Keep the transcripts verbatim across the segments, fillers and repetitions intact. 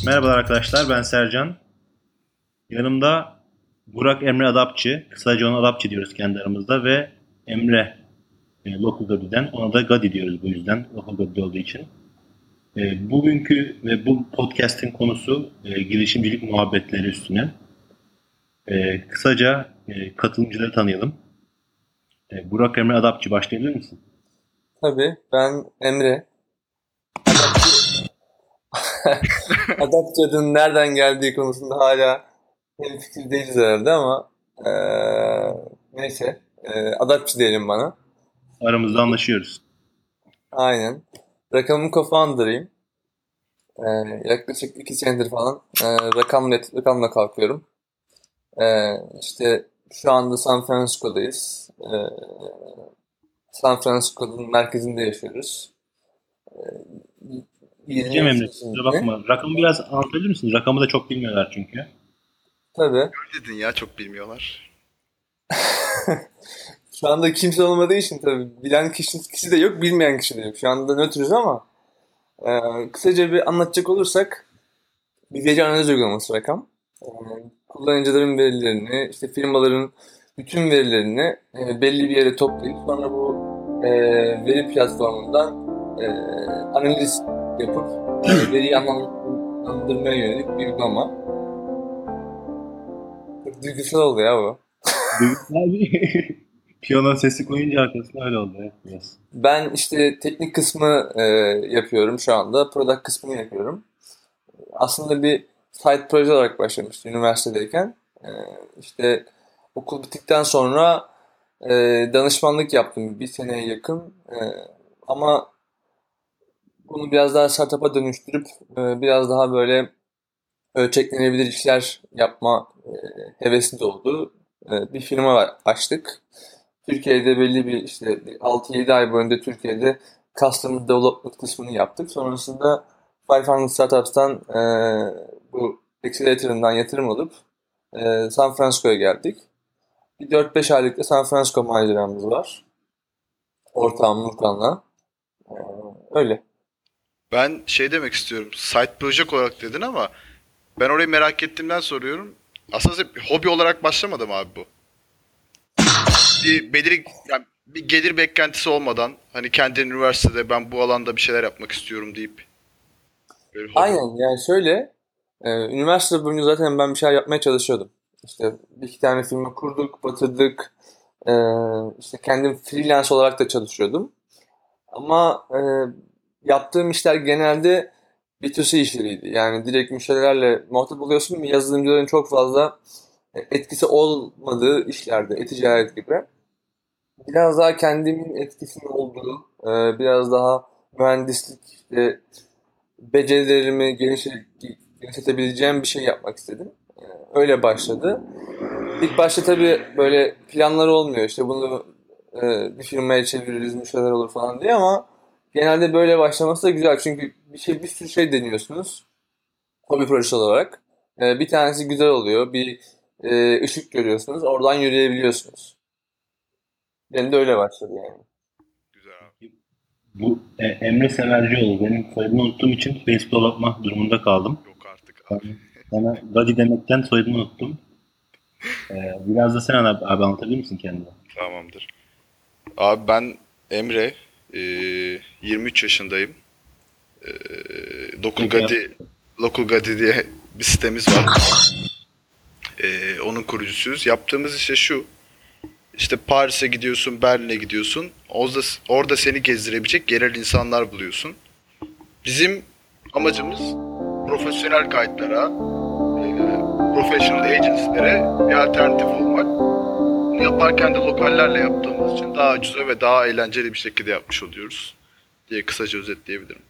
Merhabalar arkadaşlar, ben Sercan. Yanımda Burak Emre Adapçı, kısaca ona Adapçı diyoruz kendi aramızda ve Emre e, Local Gadi'den, ona da Gadi diyoruz bu yüzden, Local Gadi olduğu için. E, bugünkü ve bu podcast'in konusu e, girişimcilik muhabbetleri üstüne. E, kısaca e, katılımcıları tanıyalım. E, Burak Emre Adapçı, başlayabilir misin? Tabii ben Emre. Adapçı, Adapçı adının nereden geldiği konusunda hala hemfikir değiliz herhalde ama eee, neyse. Eee Adapçı diyelim bana. Aramızda anlaşıyoruz. Aynen. Rakamın co-founder'ıyım. Eee, yaklaşık iki senedir falan eee rakamla, rakamla kalkıyorum. Eee işte şu anda San Francisco'dayız. Eee, San Francisco'nun merkezinde yaşıyoruz. Diyeceğim yirmi üç Emre, kusura yaşındayım. bakma. Rakamı biraz anlatabilir misin? Rakamı da çok bilmiyorlar çünkü. Tabii. Dedin ya çok bilmiyorlar. Şu anda kimse olmadığı için tabii bilen kişi, kişi de yok, bilmeyen kişi de yok. Şu anda nötrüz ama e, kısaca bir anlatacak olursak bir veri analiz uygulaması rakam. E, kullanıcıların verilerini, işte firmaların bütün verilerini e, belli bir yere toplayıp sonra bu e, veri platformundan e, analiz yapıp e, veriyi anlamlandırmaya yönelik bir uygulama. Çok duygusal oldu ya bu. Duygusal bir piyano sesi koyunca arkasına öyle oldu. Evet, biraz. Ben işte teknik kısmı e, yapıyorum şu anda. Product kısmını yapıyorum. Aslında bir side proje olarak başlamıştı üniversitedeyken. E, işte okul bittikten sonra e, danışmanlık yaptım bir seneye yakın. E, ama bunu biraz daha startup'a dönüştürüp e, biraz daha böyle ölçeklenebilir işler yapma e, hevesli oldu. E, bir firma var- açtık. Türkiye'de belli bir işte altı yedi ay boyunca Türkiye'de Customer Development kısmını yaptık. Sonrasında beş yüz Startups'tan e, bu Accelerator'ından yatırım alıp e, San Francisco'ya geldik. Bir dört beş aylık da San Francisco maceramız var. Ortağım Nurkan'la. E, öyle. Ben şey demek istiyorum. Side project olarak dedin ama ben orayı merak ettiğimden soruyorum. Aslında bir hobi olarak başlamadı mı abi bu? Bir belir yani bir gelir beklentisi olmadan hani kendi üniversitede ben bu alanda bir şeyler yapmak istiyorum deyip böyle hobi. Aynen yani şöyle e, üniversite boyunca zaten ben bir şeyler yapmaya çalışıyordum. İşte bir iki tane firma kurduk, batırdık. E, işte kendim freelance olarak da çalışıyordum. Ama e, yaptığım işler genelde B iki C işleriydi. Yani direkt müşterilerle muhatap oluyorsun ve yazılımcıların çok fazla e, etkisi olmadığı işlerde, e-ticaret gibi. Biraz daha kendimin etkisinin olduğu, e, biraz daha mühendislik işte, becerilerimi gelişe- genişletebileceğim bir şey yapmak istedim. E, öyle başladı. İlk başta tabii böyle planlar olmuyor. İşte bunu e, bir firmaya çeviririz, müşteriler olur falan diye ama genelde böyle başlaması da güzel. Çünkü bir şey bir sürü şey deniyorsunuz hobi projesi olarak. E, bir tanesi güzel oluyor. Bir e, ışık görüyorsunuz. Oradan yürüyebiliyorsunuz. Benim de öyle başladı yani. Güzel abi. Bu e, Emre Semercioğlu. Benim soyadını unuttuğum için Facebook'a bakmak durumunda kaldım. Yok artık abi. Ben sana Gadi demekten soyadını unuttum. E, biraz da sen abi, abi anlatabilir misin kendini? Tamamdır. Abi ben Emre. eee, yirmi üç yaşındayım. Eee Local Peki abi. Gadi, Local Gadi diye bir sitemiz var. Eee, onun kurucusuyuz. Yaptığımız işte şu. İşte Paris'e gidiyorsun, Berlin'e gidiyorsun. Orada, orada seni gezdirebilecek yerel insanlar buluyorsun. Bizim amacımız profesyonel guide'lara, e, professional agency'lere bir alternatif olmak. Bunu yaparken de lokallerle yaptığımız için daha ucuza ve daha eğlenceli bir şekilde yapmış oluyoruz diye kısaca özetleyebilirim.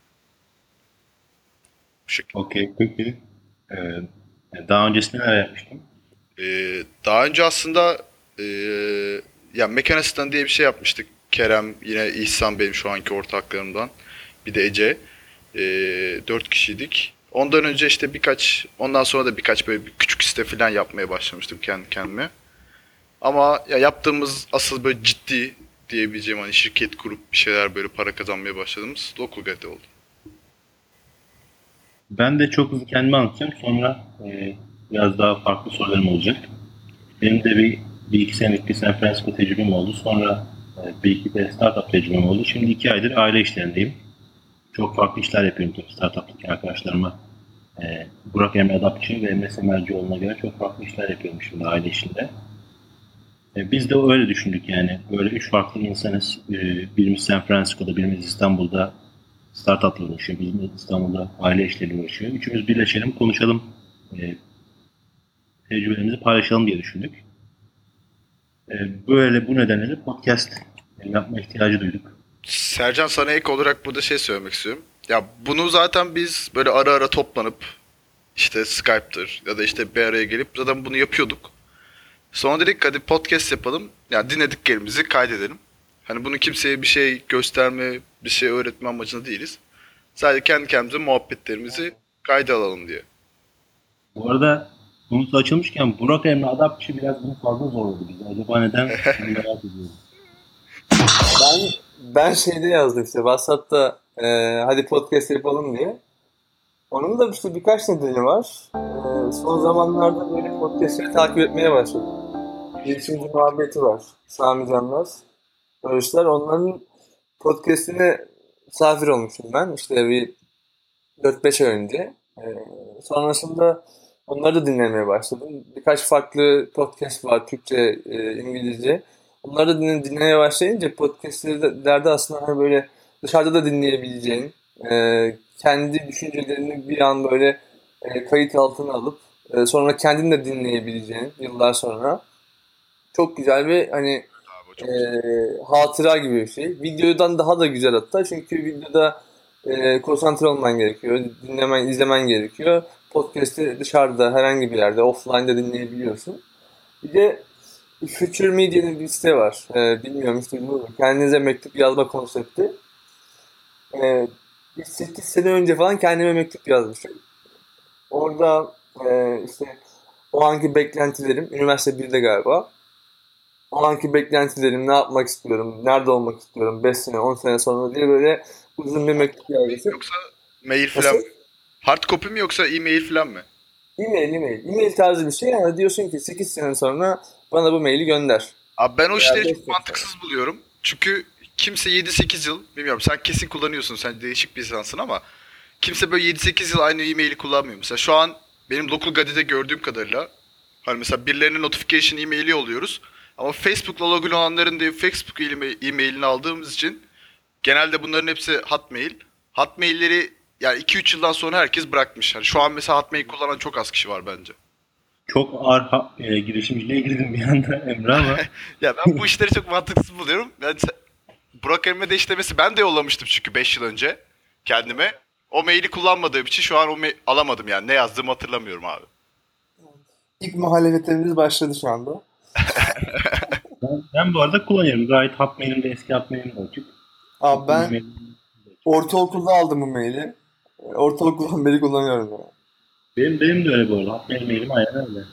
Bu şekilde. Okey, peki. E, daha öncesinde neler yapmıştın? Ee, daha önce aslında e, ya Mekan diye bir şey yapmıştık. Kerem yine İhsan benim şu anki ortaklarımdan. Bir de Ece. Ee, dört kişiydik. Ondan önce işte birkaç, ondan sonra da birkaç böyle bir küçük site falan yapmaya başlamıştım kendi kendime. Ama ya yaptığımız asıl böyle ciddi diyebileceğim hani şirket kurup bir şeyler böyle para kazanmaya başladığımız Local Gate oldu. Ben de çok hızlı kendimi anlatacağım. Sonra e, biraz daha farklı sorularım olacak. Benim de bir, bir iki senelik bir San Francisco tecrübem oldu. Sonra e, bir iki de startup tecrübem oldu. Şimdi iki aydır aile işlerindeyim. Çok farklı işler yapıyorum tabii startup'taki arkadaşlarıma. E, Burak Emre Adapçı ve Emre Semercioğlu'na göre çok farklı işler yapıyorum şimdi aile işinde. E, biz de öyle düşündük yani. Böyle üç farklı insanız. E, birimiz San Francisco'da, birimiz İstanbul'da startup'la uğraşıyor. Birimiz İstanbul'da aile işleriyle uğraşıyor. Üçümüz birleşelim, konuşalım. E, tecrübelerimizi paylaşalım diye düşündük. E, böyle bu nedenle de podcast yapma ihtiyacı duyduk. Sercan, sana ek olarak burada şey söylemek istiyorum. Ya bunu zaten biz böyle ara ara toplanıp işte Skype'tır ya da işte bir araya gelip zaten bunu yapıyorduk. Sonra dedik hadi podcast yapalım. Yani dinlediklerimizi kaydedelim. Hani bunu kimseye bir şey gösterme, bir şey öğretme amacında değiliz. Sadece kendi kendimize muhabbetlerimizi kayda alalım diye. Bu arada konusu açılmışken Burak Emre Adapçı biraz bunu fazla zorladı bizi. Acaba neden? Bunu merak ediyorum. Ben ben şeyde yazdım işte WhatsApp'ta e, hadi podcast yapalım diye. Onun da işte birkaç nedeni var. E, son zamanlarda böyle podcastleri takip etmeye başladım. Girişimci muhabbeti var. Sami Canmaz. Barışlar. Onların podcastine misafir olmuştum ben. İşte bir dört beş ay önce. E, sonrasında onları da dinlemeye başladım. Birkaç farklı podcast var. Türkçe, e, İngilizce. Onları da dinle- dinlemeye başlayınca podcastlerde aslında hani böyle dışarıda da dinleyebileceğin, e, kendi düşüncelerini bir an böyle e, kayıt altına alıp e, sonra kendin de dinleyebileceğin yıllar sonra çok güzel bir hani Abi, o çok e, güzel. hatıra gibi bir şey. Videodan daha da güzel hatta çünkü videoda e, konsantre olman gerekiyor, dinlemen, izlemen gerekiyor. Podcast'i dışarıda herhangi bir yerde offline'da dinleyebiliyorsun. Bir de Future Media'nın bir site var. Ee, bilmiyorum hiç duydunuz mu? Kendinize mektup yazma konsepti. Ee, bir sekiz sene önce falan kendime mektup yazmışım. Orada e, işte o anki beklentilerim, üniversite birde galiba. O anki beklentilerim, ne yapmak istiyorum, nerede olmak istiyorum, beş sene, on sene sonra diye böyle uzun bir mektup yazmışım. Yoksa mail falan Nasıl? mı? Hard copy mi yoksa e-mail falan mı? E-mail, e-mail. E-mail tarzı bir şey. Yani diyorsun ki sekiz sene sonra bana bu maili gönder. Abi ben o Veya işleri beş çok sene sonra. mantıksız buluyorum. Çünkü kimse yedi sekiz yıl, bilmiyorum sen kesin kullanıyorsun, sen değişik bir insansın ama kimse böyle yedi sekiz yıl aynı e-maili kullanmıyor. Mesela şu an benim Local Gadi'de gördüğüm kadarıyla hani mesela birilerine notification e-maili yolluyoruz. Ama Facebook'la login olanların da Facebook e- e-mailini aldığımız için genelde bunların hepsi Hotmail. Hotmail'leri yani iki üç yıldan sonra herkes bırakmış. Yani şu an mesela Hotmail kullanan çok az kişi var bence. Çok ağır ha- e, girişimciliğe girdim bir anda Emre ama Ya ben bu işleri çok mantıksız buluyorum. Ben Burak Emre de işlemesi ben de yollamıştım çünkü beş yıl önce kendime. O maili kullanmadığım için şu an o mail alamadım yani. Ne yazdığımı hatırlamıyorum abi. İlk muhalefetlerimiz başladı şu anda. ben, ben bu arada kullanıyorum. Gayet Hotmail'im de eski Hotmail'im de açık. Abi ben E-mail- ortaokulda aldım bu maili. E, Ortaokuldan beri kullanıyorum yani. Benim, benim de öyle bu arada. Hotmail mailim aynen öyle.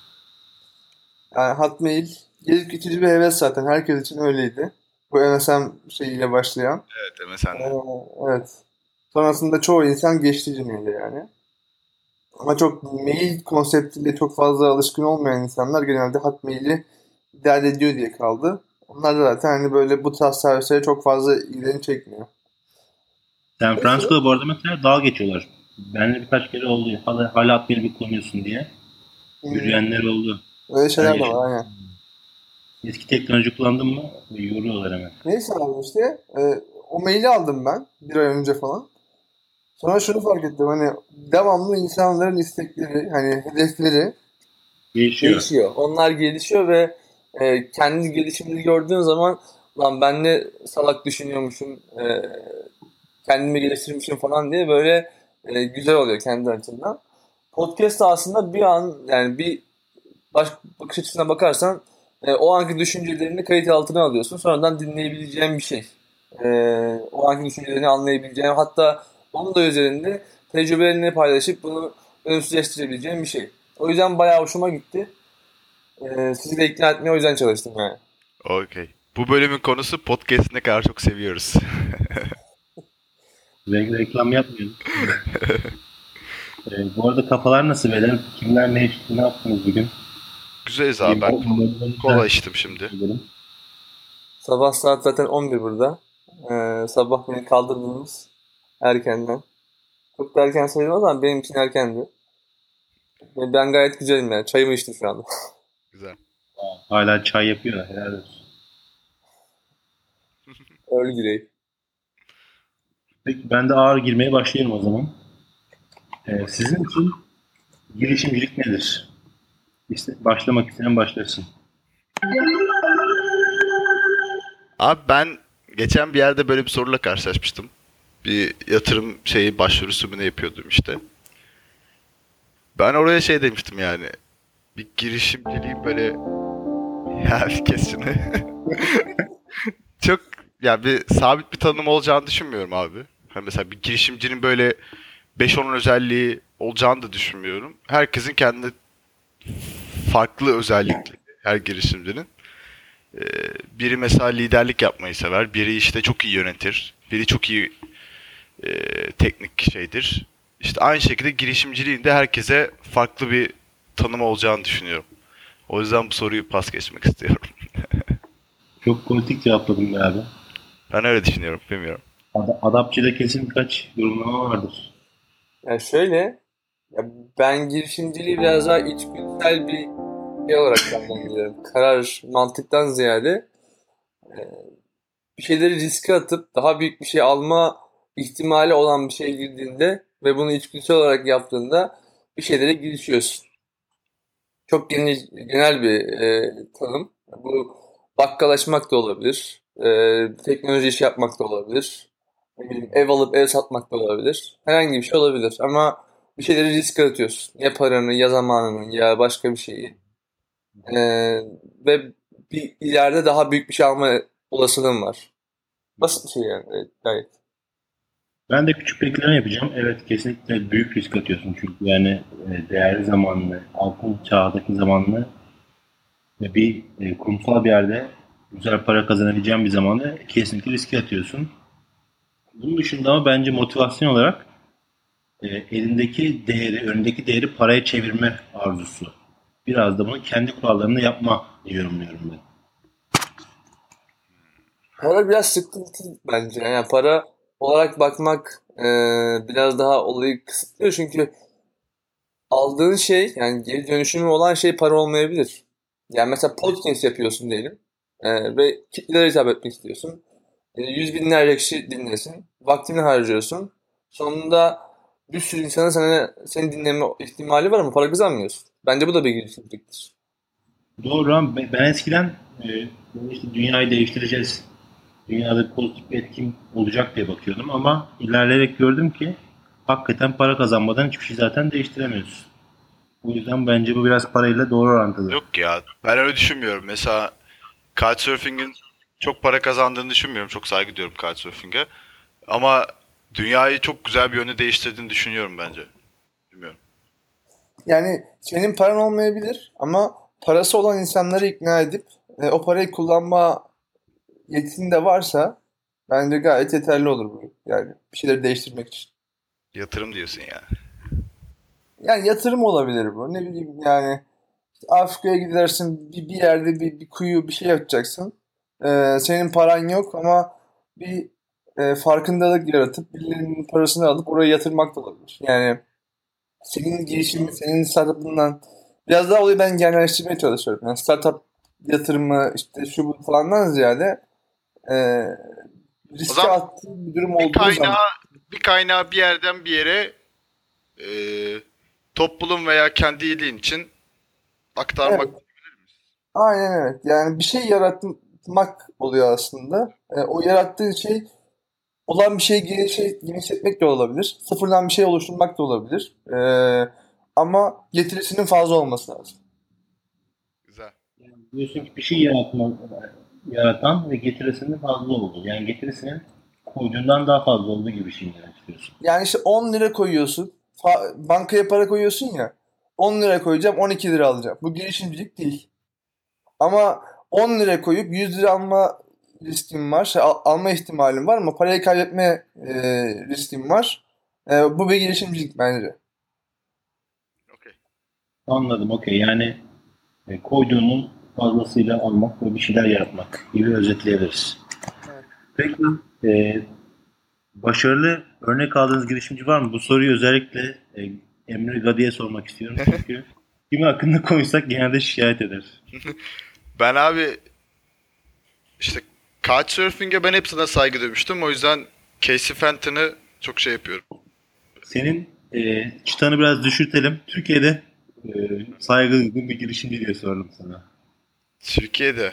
Yani Hotmail gelip geçici bir heves zaten. Herkes için öyleydi. Bu M S N şeyiyle başlayan. Evet Emre sen Ee, de. evet. Sonrasında çoğu insan geçti Gmail'e yani. Ama çok mail konseptiyle çok fazla alışkın olmayan insanlar genelde Hotmail'i idare ediyor diye kaldı. Onlar da zaten hani böyle bu tarz servislere çok fazla ilgilerini çekmiyor. San Neyse. Francisco'da bu arada mesela dalga geçiyorlar. Benle birkaç kere oldu. Hala, hala Hotmail'i kullanıyorsun diye. Hmm, Yürüyenler oldu. öyle Ben şeyler de yaşadım. var aynen. Eski teknoloji kullandın mı? Yoruyorlar hemen. Neyse abi işte e, o maili aldım ben bir ay önce falan. Sonra şunu fark ettim hani devamlı insanların istekleri hani hedefleri Değişiyor. değişiyor. Onlar gelişiyor ve e, kendi gelişimini gördüğün zaman lan ben ne salak düşünüyormuşum, e, kendimi geliştirmişim falan diye böyle e, güzel oluyor kendi açımdan. Podcast da aslında bir an yani bir baş, bakış açısına bakarsan e, o anki düşüncelerini kayıt altına alıyorsun. Sonradan dinleyebileceğin bir şey. E, o anki düşüncelerini anlayabileceğin hatta onun da üzerinde tecrübelerini paylaşıp bunu ölümsüzleştirebileceğin bir şey. O yüzden bayağı hoşuma gitti. E, sizi de ikna etmeye o yüzden çalıştım yani. Okey. Bu bölümün konusu podcast ne kadar çok seviyoruz. Re- reklam yapmıyoruz. Ee, bu arada kafalar nasıl beyler? Kimler ne içti, ne yaptınız bugün? Güzeliz Bir abi. Ben mo- kola, kola modlarınızı içtim şimdi. edelim. Sabah saat zaten on bir burada. Ee, sabah beni kaldırdınız erkenden. Çok da erken sayılmaz ama benim için erkendi. Ve ben gayet güzelim yani. Çayımı içtim şu anda. Güzel. Hala çay yapıyor. Helal olsun. Öyle gireyim. Peki ben de ağır girmeye başlayayım o zaman. Ee, sizin için girişimcilik nedir? İşte başlamak isteyen başlasın. Abi ben geçen bir yerde böyle bir soruyla karşılaşmıştım. Bir yatırım şeyi başvurusu mu ne yapıyordum işte. Ben oraya şey demiştim yani. Bir girişimciliğin böyle ya bir kes şunu. Çok ya bir sabit bir tanım olacağını düşünmüyorum abi. Hani mesela bir girişimcinin böyle beş on özelliği olacağını da düşünmüyorum. Herkesin kendi farklı özellikleri her girişimcinin. Ee, biri mesela liderlik yapmayı sever, biri işte çok iyi yönetir, biri çok iyi e, teknik şeydir. İşte aynı şekilde girişimciliğin de herkese farklı bir tanımı olacağını düşünüyorum. O yüzden bu soruyu pas geçmek istiyorum. Çok politik cevapladım be abi. Ben öyle düşünüyorum, bilmiyorum. Ad Adapçı'da kesin birkaç yorumlama vardır. Yani şöyle, ya ben girişimciliği biraz daha içgüdüsel bir şey olarak değerlendiriyorum. Karar, mantıktan ziyade bir şeyleri riske atıp daha büyük bir şey alma ihtimali olan bir şeye girdiğinde ve bunu içgüdüsel olarak yaptığında bir şeylere girişiyorsun. Çok genel, genel bir e, tanım. Bu bakkalaşmak da olabilir. E, teknoloji işi yapmak da olabilir. Ne bileyim, ev alıp ev satmak da olabilir. Herhangi bir şey olabilir. Ama bir şeyleri riske atıyorsun. Ya paranı ya zamanını ya başka bir şeyi. E, ve bir ileride daha büyük bir şey alma olasılığın var. Basit bir şey yani. Evet, gayet. Ben de küçük bir ekleme yapacağım. Evet, kesinlikle büyük risk atıyorsun çünkü yani e, değerli zamanını, altın çağdaki zamanını ve bir e, kurumsal bir yerde güzel para kazanabileceğin bir zamanı kesinlikle riske atıyorsun. Bunun dışında ama bence motivasyon olarak e, elindeki değeri, önündeki değeri paraya çevirme arzusu. Biraz da bunu kendi kurallarını yapma diye yorumluyorum ben. Para biraz sıkıntı bence. Yani para olarak bakmak e, biraz daha olayı kısıtlıyor. Çünkü aldığın şey yani geri dönüşümü olan şey para olmayabilir. Yani mesela podcast yapıyorsun diyelim. E, ve kitlelere hitap etmek istiyorsun. E, yüz binlerce kişi dinlesin. Vaktini harcıyorsun. Sonunda bir sürü insanın sana, seni dinleme ihtimali var ama para kazanmıyorsun. Bence bu da bir girişimciliktir. Doğru ama ben ben eskiden e, böyle işte dünyayı değiştireceğiz, dünyada pozitif bir etkim olacak diye bakıyordum ama ilerleyerek gördüm ki hakikaten para kazanmadan hiçbir şey zaten değiştiremiyorsun. O yüzden bence bu biraz parayla doğru orantılı. Yok ya, ben öyle düşünmüyorum. Mesela Couchsurfing'in çok para kazandığını düşünmüyorum. Çok saygı duyuyorum Couchsurfing'e. Ama dünyayı çok güzel bir yönde değiştirdiğini düşünüyorum bence. Bilmiyorum. Yani senin paran olmayabilir ama parası olan insanları ikna edip e, o parayı kullanma yetin de varsa bence gayet yeterli olur bu. Yani bir şeyleri değiştirmek için. Yatırım diyorsun yani. Yani yatırım olabilir bu. Ne bileyim yani Afrika'ya gidersin bir, bir yerde bir, bir kuyu bir şey yapacaksın. Ee, senin paran yok ama bir e, farkındalık yaratıp birilerinin parasını alıp oraya yatırmak da olabilir. Yani senin girişimin, senin startup'ından biraz daha olayı ben genelleştirmeye çalışıyorum. Yani startup yatırımı işte şu bu falandan ziyade e, O riske zaman attığın bir durum bir olduğu zaman kaynağı bir kaynağı bir yerden bir yere e, toplum veya kendi iyiliğin için aktarmak. evet, aynen evet. Yani bir şey yaratmak oluyor aslında. E, o yarattığın şey olan bir şeyi genişlet, genişletmek de olabilir. Sıfırdan bir şey oluşturmak da olabilir. E, ama getirisinin fazla olması lazım. Güzel. Diyorsun ki bir şey yaratma, yaratan ve getirisinin fazla olduğu. Yani getirisinin koyduğundan daha fazla olduğu gibi bir şey demek istiyorsun. Yani işte on lira koyuyorsun. Fa- bankaya para koyuyorsun ya. on lira koyacağım, on iki lira alacağım. Bu girişimcilik değil. Ama on lira koyup yüz lira alma riskim var. Şey, al- alma ihtimalim var ama parayı kaybetme e, riskim var. E, bu bir girişimcilik bence. Anladım, okey. Yani e, koyduğunun fazlasıyla almak ve bir şeyler yaratmak gibi özetleyebiliriz. Evet. Peki e, başarılı örnek aldığınız girişimci var mı? Bu soruyu özellikle e, Emre Gadi'ye sormak istiyorum. Çünkü kimi hakkında koysak genelde şikayet eder. Ben abi işte Couchsurfing'e ben hepsine saygı duymuştum. O yüzden Casey Fenton'ı çok şey yapıyorum. Senin e, çıtanı biraz düşürtelim. Türkiye'de e, saygı duyduğun bir girişimci diye sordum sana. Türkiye'de.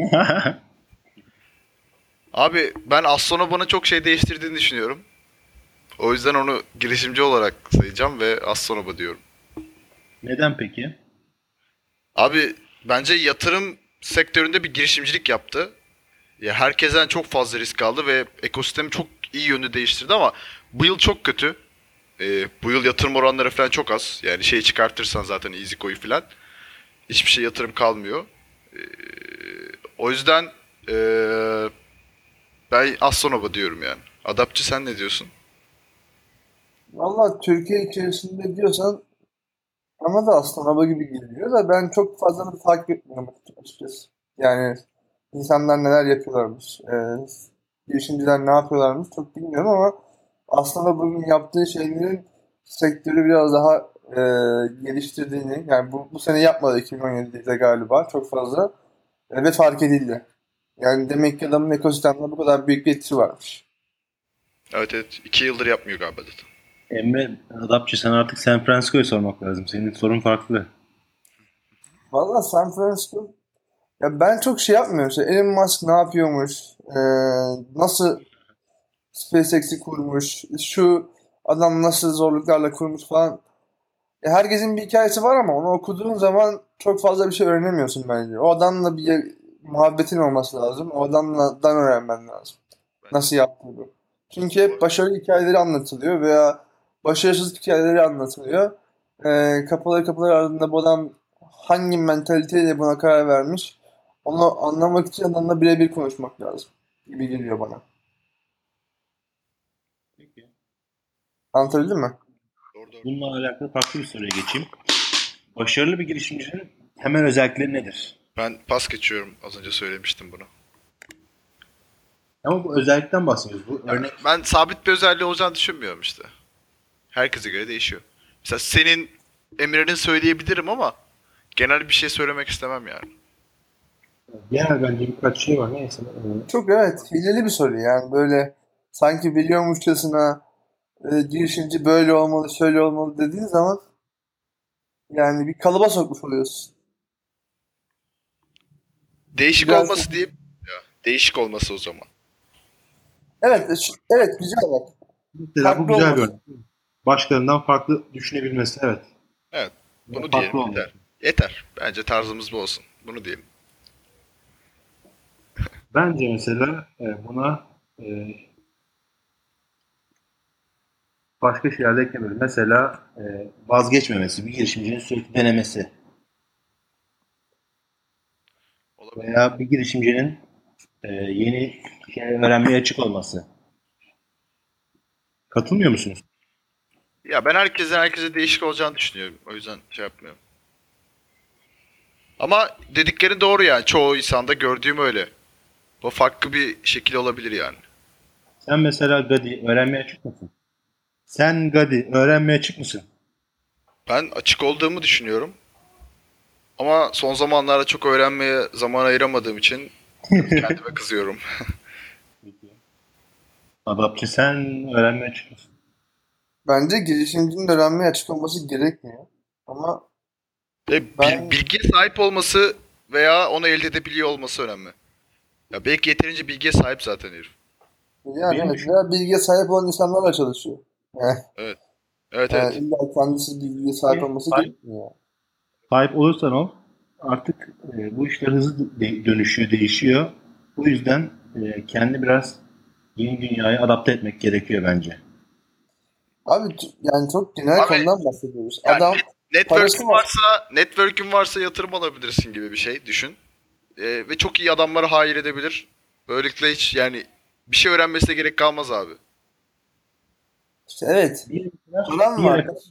Abi ben Astronobo'nun çok şey değiştirdiğini düşünüyorum. O yüzden onu girişimci olarak sayacağım ve Astronobo diyorum. Neden peki? Abi bence yatırım sektöründe bir girişimcilik yaptı. Ya herkesten çok fazla risk aldı ve ekosistemi çok iyi yönde değiştirdi ama bu yıl çok kötü. Ee, bu yıl yatırım oranları falan çok az. Yani şeyi çıkartırsan zaten EasyCo'yu falan hiçbir şey yatırım kalmıyor. Ee, o yüzden ee, ben Astronovo diyorum yani. Adapçı sen ne diyorsun? Valla Türkiye içerisinde diyorsan bana da aslında araba gibi geliyor da ben çok fazla da takip etmiyorum açıkçası. Yani insanlar neler yapıyorlarmış, e, girişimciler ne yapıyorlarmış çok bilmiyorum ama aslında bugün yaptığı şeylerin sektörü biraz daha e, geliştirdiğini, yani bu, bu sene yapmadı iki bin on yedide galiba çok fazla e, ve fark edildi. Yani demek ki adamın ekosistemde bu kadar büyük bir etkisi varmış. Evet evet. iki yıldır yapmıyor galiba zaten. Emre Adapçı, sen artık San Francisco'yu sormak lazım. Senin sorun farklı. Valla San Francisco, ya ben çok şey yapmıyorum. İşte Elon Musk ne yapıyormuş? Ee, nasıl SpaceX'i kurmuş? Şu adam nasıl zorluklarla kurmuş falan. Ya herkesin bir hikayesi var ama onu okuduğun zaman çok fazla bir şey öğrenemiyorsun bence. O adamla bir muhabbetin olması lazım. O adamla öğrenmen lazım. Nasıl yaptığını. Çünkü hep başarılı hikayeleri anlatılıyor veya başarısız hikayeleri anlatılıyor. Ee, kapıları kapıları ardında bu adam hangi mentaliteyle buna karar vermiş onu anlamak için adamla birebir konuşmak lazım gibi geliyor bana. Peki. Anlatabildim mi? Doğru doğru. Bununla alakalı farklı bir soruya geçeyim. Başarılı bir girişimcinin temel özellikleri nedir? Ben pas geçiyorum. Az önce söylemiştim bunu. Ama bu özellikten bahsediyoruz. Bu Yani örnek ben sabit bir özelliği olacağını düşünmüyorum işte. Herkese göre değişiyor. Mesela senin Emre'nin söyleyebilirim ama genel bir şey söylemek istemem yani. genel bence birkaç şey var. Neyse. Çok evet hileli bir soru yani böyle sanki biliyormuşçasına e, girişimci böyle olmalı şöyle olmalı dediğin zaman yani bir kalıba sokmuş oluyorsun. Değişik Biraz olması diyeyim. Ya, değişik olması o zaman. evet e, şu- evet güzel bak. Mesela bu Farklı güzel bir olması. örnek. Başkalarından farklı düşünebilmesi. Evet. Evet. Bunu Farklı diyelim olması. yeter. Yeter. Bence tarzımız bu olsun. Bunu diyelim. Bence mesela e, buna e, başka şeyler de eklemedim. Mesela e, vazgeçmemesi, bir girişimcinin sürekli denemesi Olabilir. veya bir girişimcinin e, yeni şey öğrenmeye açık olması. Katılmıyor musunuz? Ya ben herkesin herkese değişik olacağını düşünüyorum. O yüzden şey yapmıyorum. Ama dedikleri doğru yani. Çoğu insanda gördüğüm öyle. Bu farklı bir şekil olabilir yani. Sen mesela Gadi öğrenmeye açık mısın? Sen Gadi öğrenmeye açık mısın? Ben açık olduğumu düşünüyorum. Ama son zamanlarda çok öğrenmeye zaman ayıramadığım için kendime kızıyorum. Adapçı, sen öğrenmeye açık mısın? Bence girişimcinin öğrenmeye açık olması gerekmiyor. Ama Ve bil- ben bilgiye sahip olması veya onu elde edebiliyor olması önemli. Ya belki yeterince bilgiye sahip zaten herif. yani Benim evet düşün. veya bilgiye sahip olan insanlarla çalışıyor. Yani, Evet. Evet yani evet. illa kendisi bilgiye sahip olması Sahip, gerekmiyor. sahip olursan ol, artık e, bu işler hızlı de- dönüşüyor, değişiyor. Bu yüzden e, kendi biraz yeni dünyaya adapte etmek gerekiyor bence. Abi t- yani çok genel Abi konudan bahsediyoruz. yani Adam net, network'ün parası var. varsa network'ün varsa yatırım alabilirsin gibi bir şey düşün. Ee, ve çok iyi adamları hire edebilir. Böylelikle hiç yani bir şey öğrenmesine gerek kalmaz abi. İşte evet. Bir, Paran bir var. yere,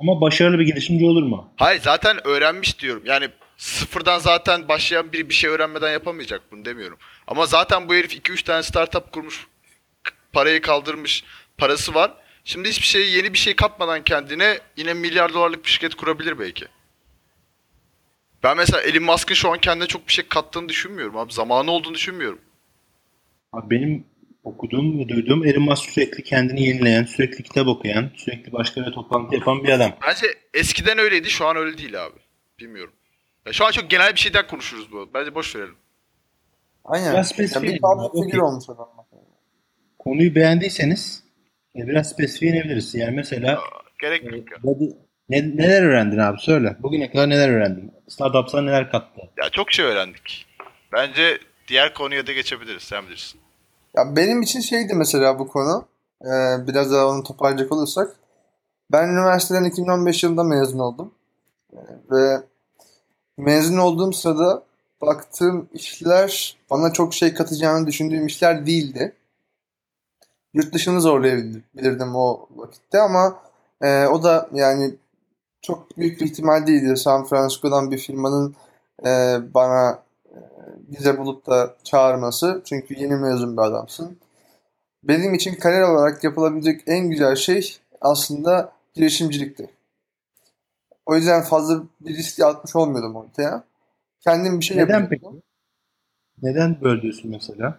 Ama başarılı bir girişimci olur mu? Hayır, zaten öğrenmiş diyorum. Yani sıfırdan zaten başlayan biri bir şey öğrenmeden yapamayacak, bunu demiyorum. Ama zaten bu herif iki üç tane startup kurmuş, parayı kaldırmış, parası var. Şimdi hiçbir şey, yeni bir şey katmadan kendine yine milyar dolarlık bir şirket kurabilir belki. Ben mesela Elon Musk'ın şu an kendine çok bir şey kattığını düşünmüyorum abi. Zamanı olduğunu düşünmüyorum. Abi benim okuduğum ve duyduğum Elon Musk sürekli kendini yenileyen, sürekli kitap okuyan, sürekli başka bir toplantı yapan bir adam. Bence eskiden öyleydi, şu an öyle değil abi. Bilmiyorum. Ya şu an çok genel bir şeyden konuşuruz bu. Bence boş verelim. Aynen. Biraz Yani bir spesifik. public figure Okey. olmuş adam. Konuyu beğendiyseniz e, biraz spesifiğe inebiliriz. Yani mesela Gerek e, yok ya. body- ne- neler öğrendin abi söyle. Bugüne kadar neler öğrendin? Startups'a neler kattı? Ya çok şey öğrendik. Bence diğer konuya da geçebiliriz. Sen bilirsin. Ya benim için şeydi mesela bu konu. Ee, biraz daha onu toparlayacak olursak. Ben üniversiteden iki bin on beş yılında mezun oldum. Ve mezun olduğum sırada baktığım işler bana çok şey katacağını düşündüğüm işler değildi. Yurt dışını zorlayabilirdim o vakitte ama e, o da yani çok büyük bir ihtimal değildi. San Francisco'dan bir firmanın e, bana e, vize bulup da çağırması. Çünkü yeni mezun bir adamsın. Benim için kariyer olarak yapılabilecek en güzel şey aslında girişimcilikti. O yüzden fazla bir risk atmış olmuyordum ortaya. Kendim bir şey Neden peki? yapacaktım. Neden böyle diyorsun mesela?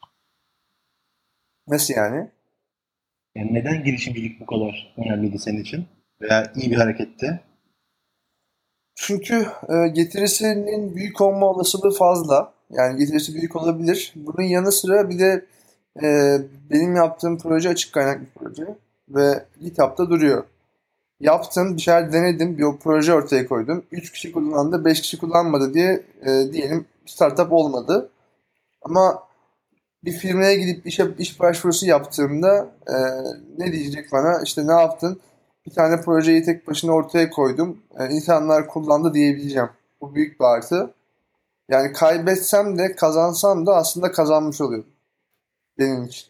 Nasıl yani? Yani neden girişimcilik bu kadar önemliydi senin için? Veya iyi bir hareketti? Çünkü e, getirisinin büyük olma olasılığı fazla. Yani getirisi büyük olabilir. Bunun yanı sıra bir de e, benim yaptığım proje açık kaynak bir proje. Ve GitHub'da duruyor. Yaptım, bir şeyler denedim, bir o proje ortaya koydum. Üç kişi kullandı, beş kişi kullanmadı diye e, diyelim startup olmadı. Ama bir firmaya gidip işe, iş başvurusu yaptığımda e, ne diyecek bana? İşte ne yaptın? Bir tane projeyi tek başına ortaya koydum. E, insanlar kullandı diyebileceğim. Bu büyük bir artı. Yani kaybetsem de kazansam da aslında kazanmış oluyorum benim için.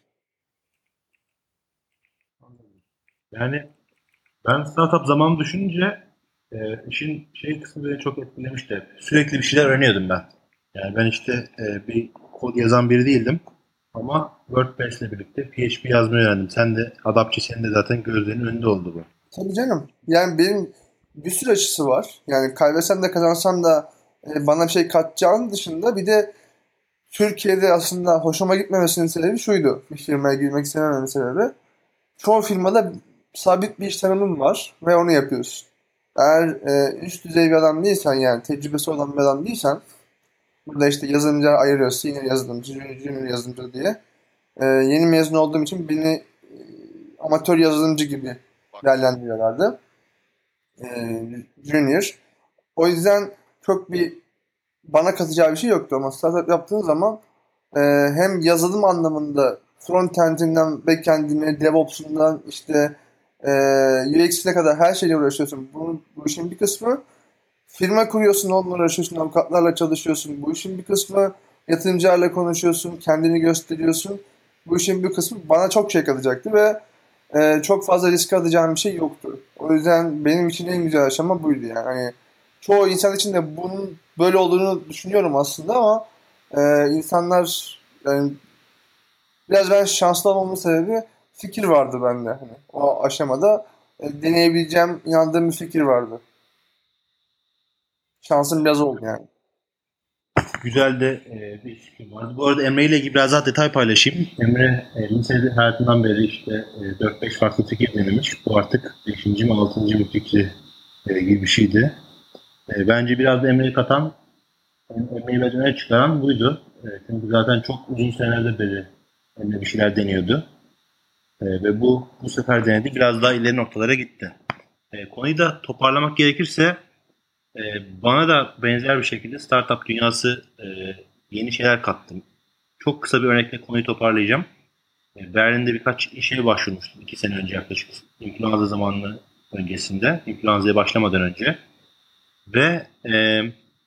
Yani ben startup zamanı düşününce e, işin şey kısmı beni çok etkilemişti. Sürekli bir şeyler öğreniyordum ben. Yani ben işte e, bir kod yazan biri değildim. Ama WordPress ile birlikte P H P yazmayı öğrendim. Sen de Adapçe senin de zaten gözlerinin önünde oldu bu. Tabii canım. Yani benim bir sürü açısı var. Yani kaybetsem de kazansam da e, bana bir şey katacağının dışında bir de Türkiye'de aslında hoşuma gitmemesinin sebebi şuydu. Bir firmaya girmek istemememin sebebi. Çoğu firmada sabit bir iş tanımın var ve onu yapıyorsun. Eğer e, üst düzey bir adam değilsen yani tecrübesi olan bir adam değilsen burada işte yazılımcılar ayırıyor. Senior yazılımcı, junior yazılımcı diye. E, yeni mezun olduğum için beni e, amatör yazılımcı gibi değerlendiriyorlardı. E, junior. O yüzden çok bir bana katacağı bir şey yoktu ama startup yaptığın zaman e, hem yazılım anlamında frontend'inden backend'ine, DevOps'undan işte e, U X'ine kadar her şeyle uğraşıyorsun. Bunun, bu işin bir kısmı firma kuruyorsun, onunla uğraşıyorsun, avukatlarla çalışıyorsun. Bu işin bir kısmı yatırımcılarla konuşuyorsun, kendini gösteriyorsun. Bu işin bir kısmı bana çok şey katacaktı ve e, çok fazla risk alacağım bir şey yoktu. O yüzden benim için en güzel aşama buydu yani. Hani çoğu insan için de bunun böyle olduğunu düşünüyorum aslında ama e, insanlar yani biraz ben şanslı olmamın sebebi fikir vardı bende. Hani o aşamada e, deneyebileceğim, inandığım bir fikir vardı. Şansım biraz oldu yani. Güzel de e, bir fikrim vardı. Bu arada Emre ile ilgili biraz daha detay paylaşayım. Emre e, lise hayatından beri işte e, dört beş farklı fikir denemiş. Bu artık beşinci mi altıncı bir fikri e, gibi bir şeydi. E, bence biraz da Emre'yi katan, Emre'yi biraz öne çıkaran buydu. E, çünkü zaten çok uzun senelerdir beri Emre bir şeyler deniyordu. E, ve bu bu sefer denedi. Biraz daha ileri noktalara gitti. E, konuyu da toparlamak gerekirse e, bana da benzer bir şekilde startup dünyası e, yeni şeyler kattım. Çok kısa bir örnekle konuyu toparlayacağım. E, Berlin'de birkaç işe başvurmuştum. iki sene önce yaklaşık. İnfluenza zamanı öncesinde. İnfluenza'ya başlamadan önce. Ve e,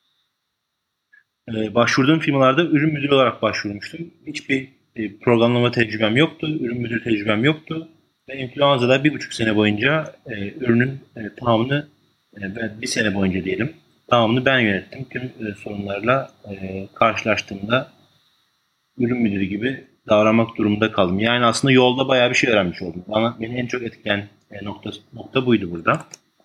e, başvurduğum firmalarda ürün müdürü olarak başvurmuştum. Hiçbir e, programlama tecrübem yoktu. Ürün müdürü tecrübem yoktu. Ve Influenza'da bir buçuk sene boyunca e, ürünün e, tamamını e, ve bir sene boyunca diyelim tamamını ben yönettim. Tüm e, sorunlarla e, karşılaştığımda ürün müdürü gibi davranmak durumunda kaldım. Yani aslında yolda bayağı bir şey öğrenmiş oldum. Bana beni en çok etkileyen e, nokta nokta buydu burada.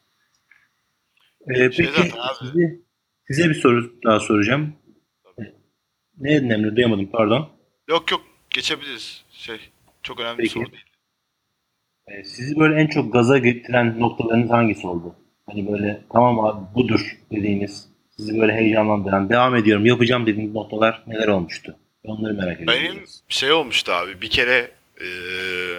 E, Şey peki zaten abi. size, size bir soru daha soracağım. E, Ne dedin Emre? Duyamadım pardon. Yok yok, geçebiliriz. Şey, çok önemli bir Peki. soru değil. E, sizi böyle en çok gaza getiren noktalarınız hangisi oldu? Hani böyle tamam abi budur dediğiniz, sizi böyle heyecanlandıran, devam ediyorum, yapacağım dediğiniz noktalar neler olmuştu? Onları merak ediyorum Benim biraz. şey olmuştu abi. Bir kere eee,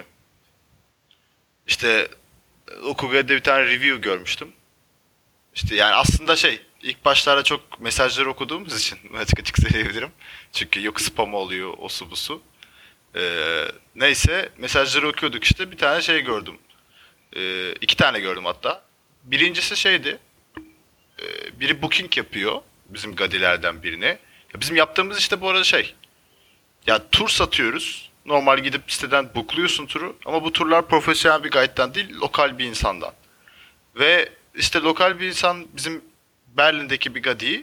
işte Okuga'da bir tane review görmüştüm. İşte yani aslında şey, ilk başlarda çok mesajları okuduğumuz için açık açık söyleyebilirim. Çünkü yok spam oluyor, o su bu su. Ee, neyse mesajları okuyorduk, işte bir tane şey gördüm. Ee, iki tane gördüm hatta. Birincisi şeydi. e, Biri booking yapıyor bizim gadilerden birine. Ya bizim yaptığımız işte bu arada şey. Ya tur satıyoruz. Normal gidip siteden bookluyorsun turu. Ama bu turlar profesyonel bir guide'dan değil, lokal bir insandan. Ve işte lokal bir insan bizim Berlin'deki bir gadiyi,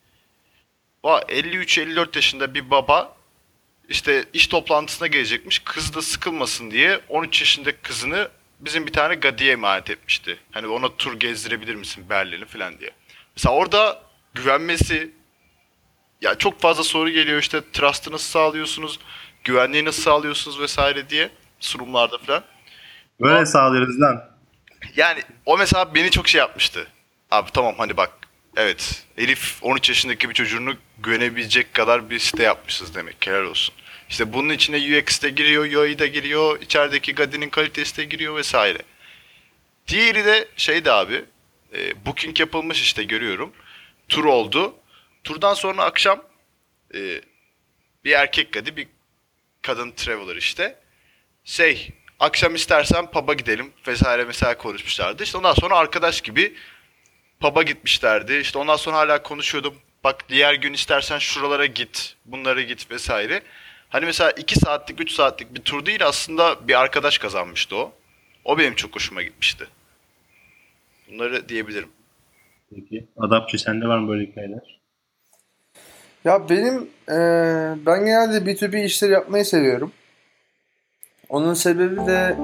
elli üç elli dört yaşında bir baba, işte iş toplantısına gelecekmiş. Kız da sıkılmasın diye on üç yaşındaki kızını bizim bir tane gadiye emanet etmişti. Hani ona tur gezdirebilir misin Berlin'i falan diye. Mesela orada güvenmesi, ya çok fazla soru geliyor, işte trust'ı nasıl sağlıyorsunuz, güvenliği nasıl sağlıyorsunuz vesaire diye sunumlarda falan. Böyle sağlıyoruz lan. Yani o mesela beni çok şey yapmıştı. Abi tamam, hani bak, evet Elif on üç yaşındaki bir çocuğunu güvenebilecek kadar bir site yapmışız demek. Helal olsun. İşte bunun içine U X de giriyor, U I de giriyor, içerideki Gadi'nin kalitesi de giriyor vesaire. Diğeri de şeydi abi, e, booking yapılmış işte, görüyorum. Tur oldu. Turdan sonra akşam e, bir erkek Gadi, bir kadın traveler işte. Şey, akşam istersen pub'a gidelim vesaire mesela konuşmuşlardı. İşte ondan sonra arkadaş gibi pub'a gitmişlerdi. İşte ondan sonra hala konuşuyordum. Bak diğer gün istersen şuralara git, bunlara git vesaire. Hani mesela iki saatlik, üç saatlik bir tur değil, aslında bir arkadaş kazanmıştı o. O benim çok hoşuma gitmişti. Bunları diyebilirim. Peki. Adapçı sende var mı böyle hikayeler? Ya benim eee, ben genelde B iki B işleri yapmayı seviyorum. Onun sebebi de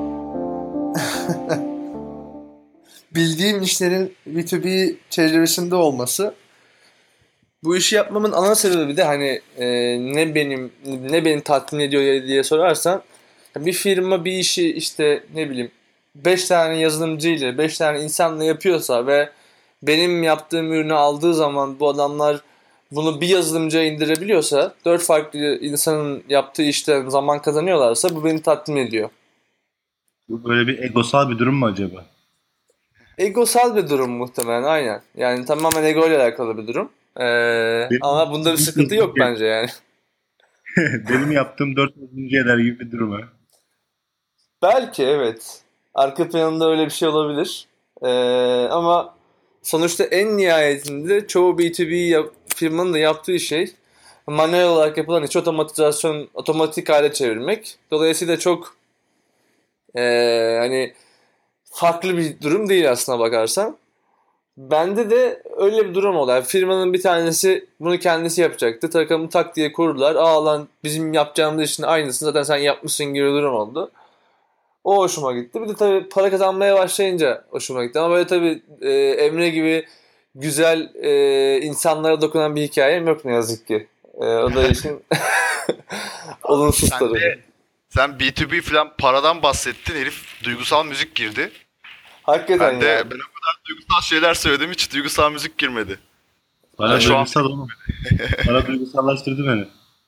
bildiğim işlerin B iki B çerçevesinde olması. Bu işi yapmamın ana sebebi de hani e, ne benim ne beni tatmin ediyor diye sorarsan, bir firma bir işi işte ne bileyim beş tane yazılımcıyla beş tane insanla yapıyorsa ve benim yaptığım ürünü aldığı zaman bu adamlar bunu bir yazılımcıya indirebiliyorsa, dört farklı insanın yaptığı işten zaman kazanıyorlarsa bu beni tatmin ediyor. Bu böyle bir egosal bir durum mu acaba? Egosal bir durum muhtemelen, aynen. Yani tamamen ego ile alakalı bir durum. Ee, Benim, ama bunda bir sıkıntı yok bence yani. benim yaptığım dört yazılımcı eder gibi bir durum ha. Belki evet. Arka planında öyle bir şey olabilir. Ee, ama sonuçta en nihayetinde çoğu B iki B yap- firmanın da yaptığı şey manuel olarak yapılan iş otomatizasyon, otomatik hale çevirmek. Dolayısıyla çok ee, hani farklı bir durum değil aslına bakarsan. Bende de öyle bir durum oldu. Yani firmanın bir tanesi bunu kendisi yapacaktı. Takımı tak diye kurdular. Aa lan bizim yapacağımız işin aynısını zaten sen yapmışsın gibi bir durum oldu. O hoşuma gitti. Bir de tabii para kazanmaya başlayınca hoşuma gitti. Ama böyle tabii e, Emre gibi güzel e, insanlara dokunan bir hikayem yok ne yazık ki. E, o da işin olumsuz Sen tarafı. de sen B iki B falan paradan bahsettin. Herif duygusal müzik girdi. Hakikaten Ben ya. de ben o kadar duygusal şeyler söyledim, hiç duygusal müzik girmedi. Ben Para şu an duygusal oğlum. Para duygusallaştırdı beni.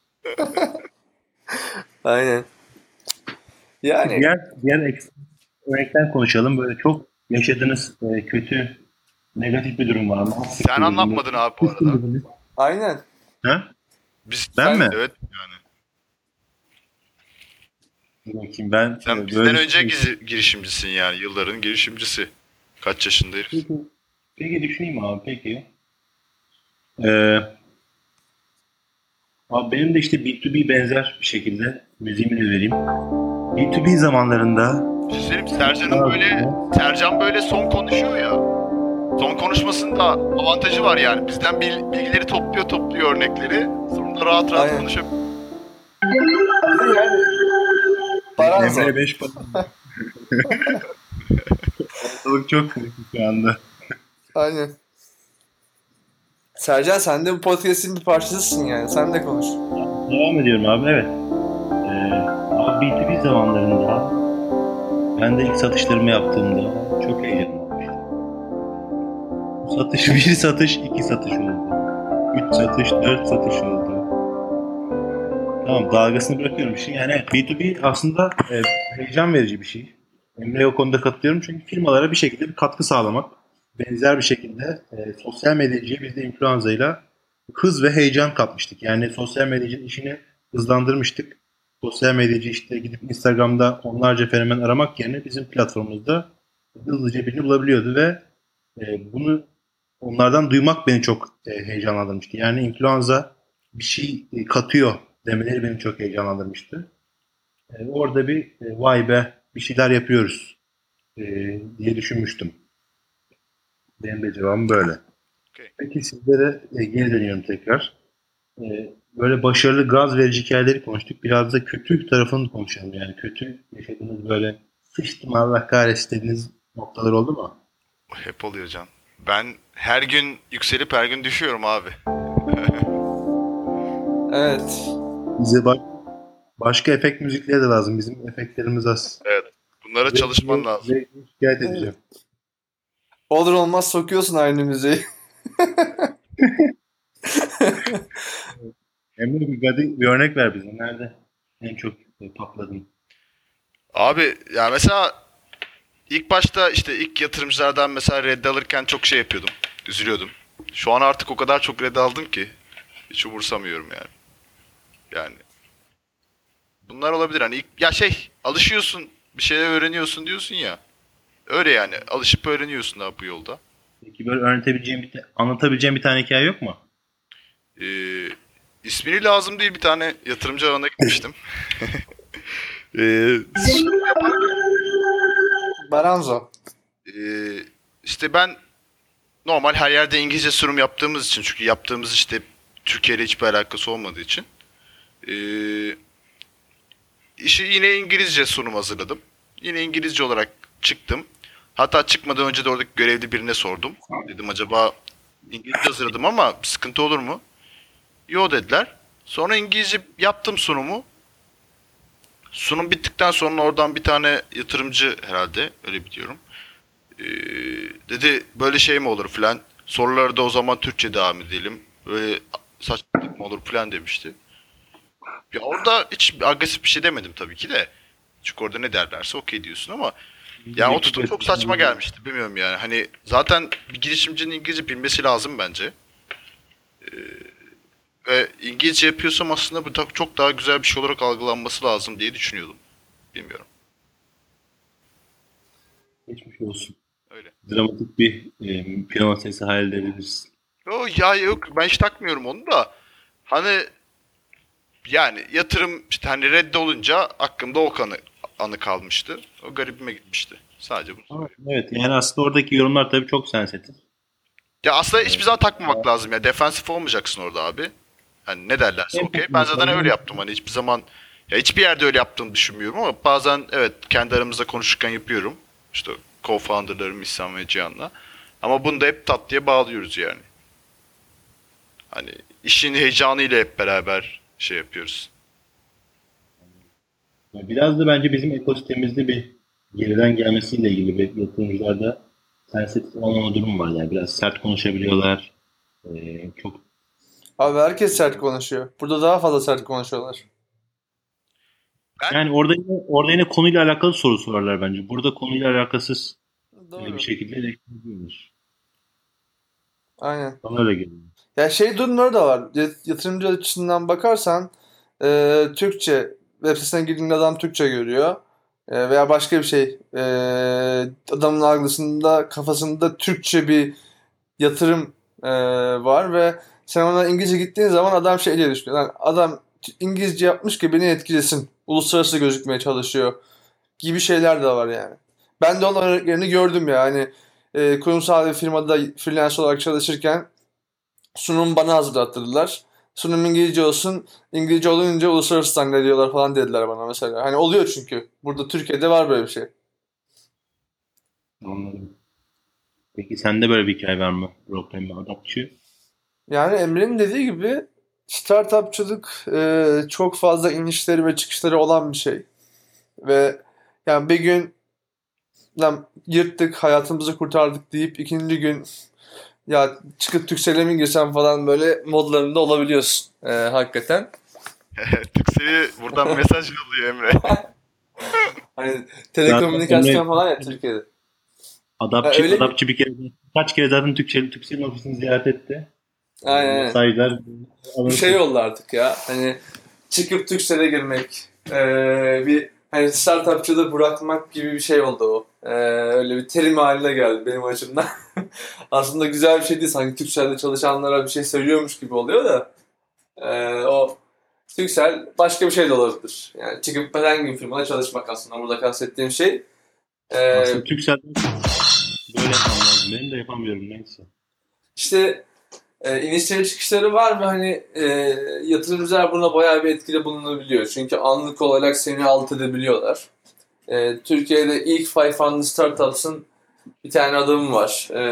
Aynen. Peki Yani diğer, diğer eks- örnekten konuşalım. Böyle çok yaşadığınız e, kötü, negatif bir durum var mı? sen Hassiktir dediniz. anlatmadın abi bu Küstüm arada. dediniz. aynen. Ha? Biz Ben Sen mi? evet yani. Dur bakayım ben Sen e, böyle bizden bir önce şey... gizi- girişimcisin yani. Yılların girişimcisi. Kaç yaşında herif? Peki, peki düşüneyim abi peki. Ee, Abi benim de işte B iki B benzer bir şekilde müziğimi de vereyim. B iki B zamanlarında Bir şey söyleyeyim mi? Sercan'ın böyle Sercan böyle son konuşuyor ya. Son konuşmasında avantajı var yani. Bizden bil- bilgileri topluyor topluyor örnekleri. Sonra rahat rahat Aynen. konuşuyor. Yani Baranza. Emre beş pas. Ortalık çok kritik şu anda. Aynen. Sercan sen de bu podcast'in bir parçasısın yani. Sen de konuş. Devam ediyorum abi, evet. Ee, abi B iki B zamanlarında ben de ilk satışlarımı yaptığımda çok heyecanlanmıştım. Bu satış bir satış, iki satış oldu. Üç satış, dört satış oldu. Tamam, dalgasını bırakıyorum şimdi. Yani evet, B iki B aslında e, heyecan verici bir şey. Emre'ye o konuda katılıyorum çünkü firmalara bir şekilde bir katkı sağlamak. Benzer bir şekilde e, sosyal medyacıya biz de influenza'yla hız ve heyecan katmıştık. Yani sosyal medyacının işini hızlandırmıştık. Sosyal medyacı işte gidip Instagram'da onlarca fenomen aramak yerine bizim platformumuzda hızlıca birini bulabiliyordu ve e, bunu onlardan duymak beni çok e, heyecanlandırmıştı. Yani influenza bir şey e, katıyor demeleri beni çok heyecanlandırmıştı. E, orada bir e, vay be bir şeyler yapıyoruz e, diye düşünmüştüm. Benim de cevabım böyle. Okay. Peki sizlere e, geri dönüyorum tekrar. E, böyle başarılı gaz verici hikayeleri konuştuk. Biraz da kötü tarafını konuşalım. Yani kötü yaşadığınız böyle sıçtım Allah kahretsin dediğiniz noktalar oldu mu? Hep oluyor Can. Ben her gün yükselip her gün düşüyorum abi. Evet. Bize bak başka efekt müzikleri de lazım. Bizim efektlerimiz az. Evet. Bunlara çalışman lazım. Ve şikayet edeceğim. Olur olmaz sokuyorsun aynı müziği. Emre bir, gadi, bir örnek ver bize. Nerede en çok e, patladın? Abi ya mesela ilk başta işte ilk yatırımcılardan mesela red alırken çok şey yapıyordum. Üzülüyordum. Şu an artık o kadar çok red aldım ki hiç umursamıyorum yani. Yani bunlar olabilir hani ilk ya şey alışıyorsun bir şeyler öğreniyorsun diyorsun ya. Öyle yani alışıp öğreniyorsun abi bu yolda. Peki böyle öğretebileceğim bir, anlatabileceğim bir tane hikaye yok mu? Ee, ismini lazım değil bir tane yatırımcı ağına gitmiştim. ee, Baranzo. Ee, işte ben normal her yerde İngilizce sunum yaptığımız için çünkü yaptığımız işte Türkiye ile hiçbir alakası olmadığı için ee, işi yine İngilizce sunum hazırladım. Yine İngilizce olarak çıktım. Hatta çıkmadan önce de oradaki görevli birine sordum. Dedim acaba İngilizce hazırladım ama bir sıkıntı olur mu? Yo dediler. Sonra İngilizce yaptım sunumu. Sunum bittikten sonra oradan bir tane yatırımcı herhalde öyle biliyorum. Ee, dedi böyle şey mi olur filan. Soruları da o zaman Türkçe devam edelim. Böyle saçmalık mı olur filan demişti. Ya orada hiç agresif bir şey demedim tabii ki de. Çünkü orada ne derlerse okey diyorsun ama yani o tutum çok saçma gelmişti. Bilmiyorum yani. Hani zaten bir girişimcinin İngilizce bilmesi lazım bence. Ee, ve İngilizce yapıyorsam aslında bu da çok daha güzel bir şey olarak algılanması lazım diye düşünüyordum. Bilmiyorum. Geçmiş olsun. Öyle. Dramatik bir e, piyano sesi hayal edebiliriz. Yo, ya yok ben hiç takmıyorum onu da. Hani yani yatırım işte hani reddolunca aklımda o kanı, anı kalmıştı. O garibime gitmişti. Sadece bu. Evet, yani aslında oradaki yorumlar tabii çok sensitif. Ya aslında hiçbir zaman takmamak lazım ya. Defansif olmayacaksın orada abi. Hani ne derlerse okey. Ben zaten öyle yaptım hani hiçbir zaman ya hiçbir yerde öyle yaptığımı düşünmüyorum ama bazen evet kendi aramızda konuşurken yapıyorum. İşte co-founder'larım İhsan ve Cihan'la. Ama bunu da hep tatlıya bağlıyoruz yani. Hani işin heyecanıyla hep beraber şey yapıyoruz. Biraz da bence bizim ekosistemimizde bir geriden gelmesiyle ilgili bir yatırımcılarda sensitif olmama durum var. Yani biraz sert konuşabiliyorlar. Ee, çok Abi herkes sert konuşuyor. Burada daha fazla sert konuşuyorlar. Ben yani orada yine, orada yine konuyla alakalı soru sorarlar bence. Burada konuyla alakasız e, Doğru. bir şekilde eleştiriyorlar. Aynen. Bana öyle geliyor. Ya şey durumları da var. Yatırımcı açısından bakarsan e, Türkçe web sitesine girdiğinde adam Türkçe görüyor. E, veya başka bir şey. E, adamın algısında kafasında Türkçe bir yatırım e, var ve sen ona İngilizce gittiğin zaman adam şey diye düşünüyor. Lan adam İngilizce yapmış ki beni etkilesin. Uluslararası gözükmeye çalışıyor gibi şeyler de var yani. Ben de onun örneklerini gördüm ya. Hani e, kurumsal bir firmada freelance olarak çalışırken sunum bana hazırlattırdılar. Sunum İngilizce olsun. İngilizce olunca uluslararası standart diyorlar falan dediler bana mesela. Hani oluyor çünkü. Burada Türkiye'de var böyle bir şey. Anladım. Peki sende böyle bir hikaye var mı? Burak Emre Adapçı. Yani Emre'nin dediği gibi startupçılık e, çok fazla inişleri ve çıkışları olan bir şey. Ve yani bir gün lan yırttık, hayatımızı kurtardık deyip ikinci gün ya çıkıp Turkcell'e mi girsem falan böyle modlarında olabiliyorsun e, hakikaten. Türkcell'e buradan mesaj yolluyor Emre. Hani Zaten telekomünikasyon Emre falan ya Türkiye'de. Ya Adapçı, öyle bir Adapçı bir kere kaç kere zaten Türkçe, Türkcell'in ofisini ziyaret etti. Ee, aynen, aynen. mesajlar Bu şey alınsın. oldu artık ya. Hani çıkıp Turkcell'e girmek, e, bir hani startupçılığı bırakmak gibi bir şey oldu o. E, öyle bir terim haline geldi benim açımdan. Aslında güzel bir şey değil. Sanki Turkcell'de çalışanlara bir şey söylüyormuş gibi oluyor da. e, o Turkcell başka bir şey de olabilir. Yani çıkıp herhangi bir firmada çalışmak aslında burada kastettiğim şey. E, Aslında Turkcell'den böyle yapmam lazım. Benim de yapamıyorum neyse. işte e, inişleri çıkışları var ve hani e, yatırımcılar buna bayağı bir etkide bulunabiliyor. Çünkü anlık olarak seni alt edebiliyorlar. E, Türkiye'de ilk beş yüz Startups'ın bir tane adamı var. E,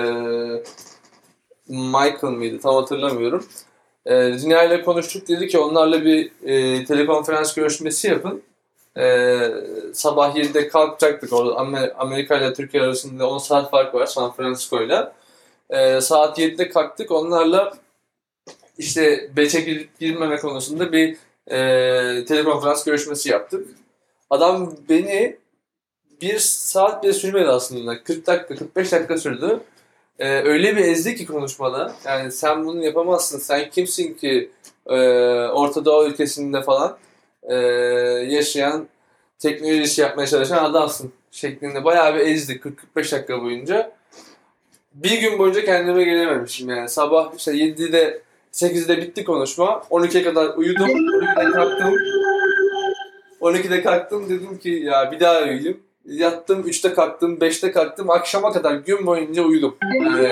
Michael mıydı? Tam hatırlamıyorum. E, Zinia ile konuştuk. Dedi ki onlarla bir e, telekonferans görüşmesi yapın. E, sabah yedide kalkacaktık. Orada Amer- Amerika ile Türkiye arasında on saat fark var San Francisco ile. E, saat yedide kalktık. Onlarla işte beşe girip girmeme konusunda bir e, telekonferans görüşmesi yaptık. Adam beni bir saat bile sürmedi aslında. kırk dakika, kırk beş dakika sürdü. E, öyle bir ezdi ki konuşmada. Yani sen bunu yapamazsın. Sen kimsin ki e, Orta Doğu ülkesinde falan e, yaşayan, teknoloji işi yapmaya çalışan adamsın şeklinde bayağı bir ezdi kırk kırk beş dakika boyunca. Bir gün boyunca kendime gelememişim yani. Sabah işte yedide sekizde bitti konuşma. on ikiye kadar uyudum. on ikide kalktım. on ikide kalktım dedim ki ya bir daha uyuyayım. Yattım üçte kalktım, beşte kalktım. Akşama kadar gün boyunca uyudum. Yani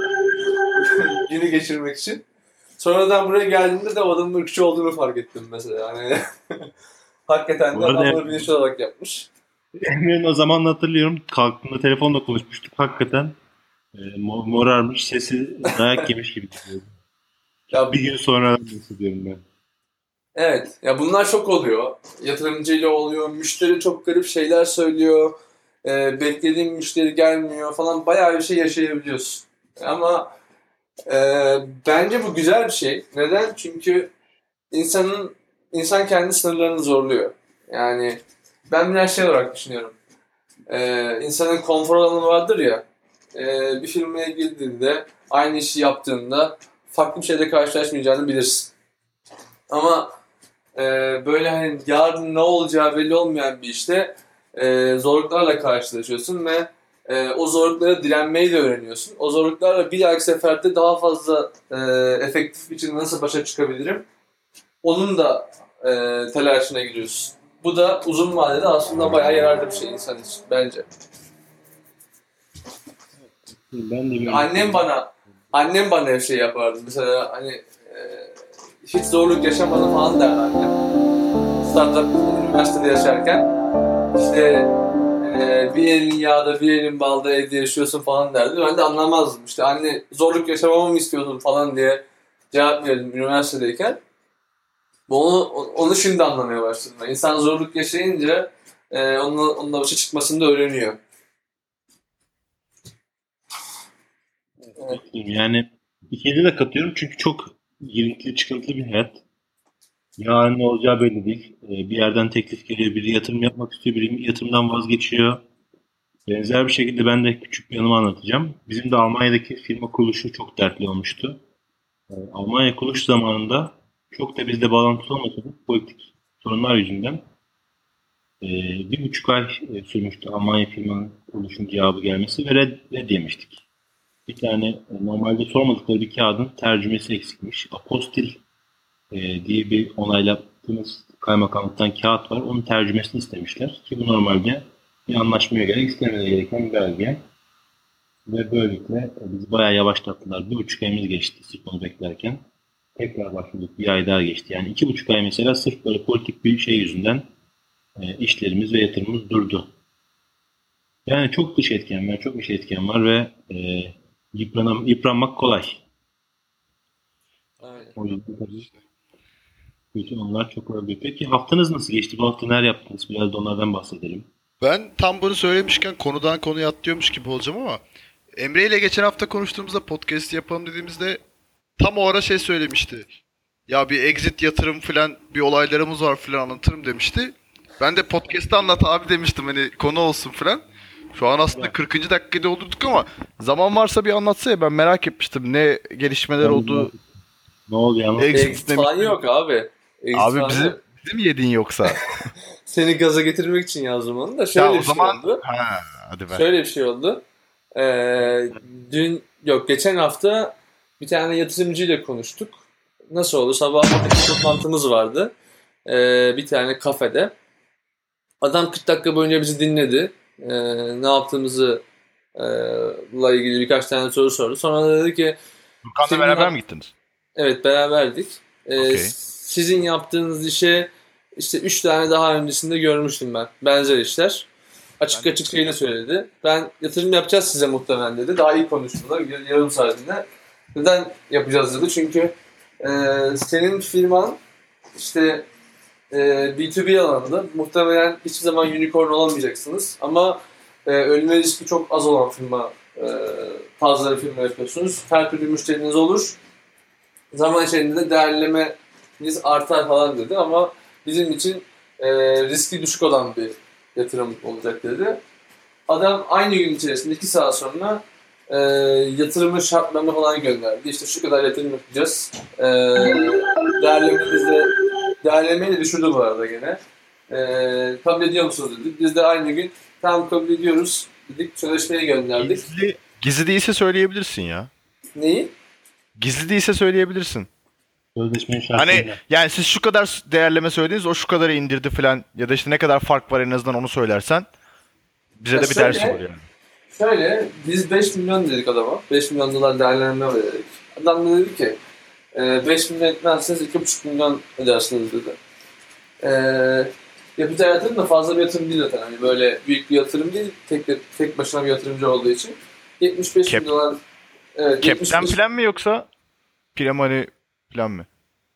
günü geçirmek için. Sonradan buraya geldiğimde de o adamın ırkçı olduğunu fark ettim mesela. Yani hakikaten de Bu adam arada bunu bilinçli olarak yapmış. Emre'nin o zaman hatırlıyorum. Kalktığında telefonla konuşmuştuk. Hakikaten e, mo- morarmış, sesi dayak yemiş gibi geliyordu. Ya Bir gün sonra bahsediyorum ben. evet. Ya bunlar çok oluyor. Yatırımcıyla oluyor. Müşteri çok garip şeyler söylüyor. Ee, beklediğin müşteri gelmiyor falan. Bayağı bir şey yaşayabiliyorsun. Ama e, bence bu güzel bir şey. Neden? Çünkü insanın insan kendi sınırlarını zorluyor. Yani ben biraz şey olarak düşünüyorum. Ee, insanın konfor alanı vardır ya. Ee, bir firmaya girdiğinde aynı işi yaptığında farklı bir şeyle karşılaşmayacağını bilirsin. Ama e, böyle hani yarın ne olacağı belli olmayan bir işte e, zorluklarla karşılaşıyorsun ve e, o zorluklara direnmeyi de öğreniyorsun. O zorluklarla bir dahaki seferde daha fazla e, efektif biçimde nasıl başa çıkabilirim? Onun da e, telaşına giriyorsun. Bu da uzun vadede aslında bayağı yararlı bir şey insan için bence. Ben de böyle Annem düşünüyorum. bana annem bana hep şey yapardı. Mesela hani e, hiç zorluk yaşamadım falan derdi annem. Startup üniversitede yaşarken işte e, bir elin yağda bir elin balda evde yaşıyorsun falan derdi. Ben de anlamazdım. İşte anne zorluk yaşamamı mı istiyordun falan diye cevap verdim üniversitedeyken. Onu, onu şimdi anlamaya başladım. Yani İnsan zorluk yaşayınca e, onunla, onunla başa çıkmasını da öğreniyor. Evet. Yani ikide de katıyorum çünkü çok girintili çıkıntılı bir hayat. Yarın ne olacağı belli değil. Ee, Bir yerden teklif geliyor, biri yatırım yapmak istiyor, biri yatırımdan vazgeçiyor. Benzer bir şekilde ben de küçük bir anımı anlatacağım. Bizim de Almanya'daki firma kuruluşu çok dertli olmuştu. Ee, Almanya kuruluş zamanında çok da bizde bağlantılı olmasa da politik sorunlar yüzünden e, bir buçuk ay e, sürmüştü Almanya firmanın kuruluşun cevabı gelmesi ve red, red yemiştik. Bir tane e, normalde sormadıkları bir kağıdın tercümesi eksikmiş. Apostil e, diye bir onaylattığımız kaymakamlıktan kağıt var. Onun tercümesini istemişler. Ki bu normalde bir anlaşmaya gerek istemeleri gereken bir belge. Ve böylelikle bizi bayağı yavaşlattılar. Bir buçuk ayımız geçti sırf onu beklerken. Tekrar başvurduk. Bir ay daha geçti. Yani iki buçuk ay mesela sırf böyle politik bir şey yüzünden e, işlerimiz ve yatırımımız durdu. Yani çok dış etken var, çok dış etken var ve e, yıpranam, yıpranmak kolay. Aynen. O yüzden tabii bütün onlar çok öldü. Peki haftanız nasıl geçti? Bu hafta neler yaptınız? Biraz da onlardan bahsedelim. Ben tam bunu söylemişken konudan konuya atlıyormuş gibi olacağım ama Emre ile geçen hafta konuştuğumuzda podcast yapalım dediğimizde tam o ara şey söylemişti. Ya bir exit yatırım falan bir olaylarımız var falan anlatırım demişti. Ben de podcast'ta anlat abi demiştim hani konu olsun falan. Şu an aslında kırkıncı dakikada olduk ama zaman varsa bir anlatsa ya ben merak etmiştim ne gelişmeler oldu. Ne oluyor ama? Exit Exit falan demiştim. yok abi. Exit Abi falan bizi, yok. bizi mi yedin yoksa? Seni gaza getirmek için yazdım onu da. Şöyle Ya o bir şey zaman oldu. ha hadi ver. Şöyle bir şey oldu. Ee, dün yok geçen hafta bir tane yatırımcıyla konuştuk. Nasıl oldu? Sabah bir toplantımız vardı. Ee, bir tane kafede. Adam kırk dakika boyunca bizi dinledi. Ee, ne yaptığımızı e, la ilgili birkaç tane soru sordu. Sonra da dedi ki Furkan'la senin beraber yap- mi gittiniz? evet beraberdik. Ee, Okey. Sizin yaptığınız işe işte üç tane daha öncesinde görmüştüm ben. Benzer işler. Açık Ben- açık şeyini söyledi. Ben yatırım yapacağız size muhtemelen dedi. Daha iyi konuştular yar- yarım saatinde. Neden yapacağız dedi. Çünkü e, senin firman işte e, B iki B alanında muhtemelen hiçbir zaman unicorn olamayacaksınız. Ama e, ölme riski çok az olan firma e, tarzları firma yapıyorsunuz. Her türlü müşteriniz olur. Zaman içerisinde de değerlemeniz artar falan dedi ama bizim için e, riski düşük olan bir yatırım olacak dedi. Adam aynı gün içerisinde iki saat sonra e, yatırımın şartlarını falan gönderdi. İşte şu kadar yatırım yapacağız. E, değerlemenizde değerlemeyi de düşürdü bu arada gene. E, kabul ediyor musunuz dedik. Biz de aynı gün tamam kabul ediyoruz dedik. Sözleşmeyi gönderdik. Gizli, gizli değilse söyleyebilirsin ya. Neyi? Gizli değilse söyleyebilirsin. Sözleşmenin şartlarında. Hani yani siz şu kadar değerleme söylediniz o şu kadarı indirdi falan ya da işte ne kadar fark var en azından onu söylersen bize Ya de bir ders şöyle- olur yani. Şöyle, biz beş milyon dedik adama. beş milyon dolar değerlendirme verdik. Adam da dedi ki, e, beş milyon etmezseniz iki buçuk milyon ödersiniz dedi. E, yapacağı yatırım da fazla bir yatırım değil zaten. Hani böyle büyük bir yatırım değil, tek, tek başına bir yatırımcı olduğu için. yetmiş beş Cap- milyon dolar... Evet, yetmiş Cap'ten beş plan mı yoksa Piramani plan mı?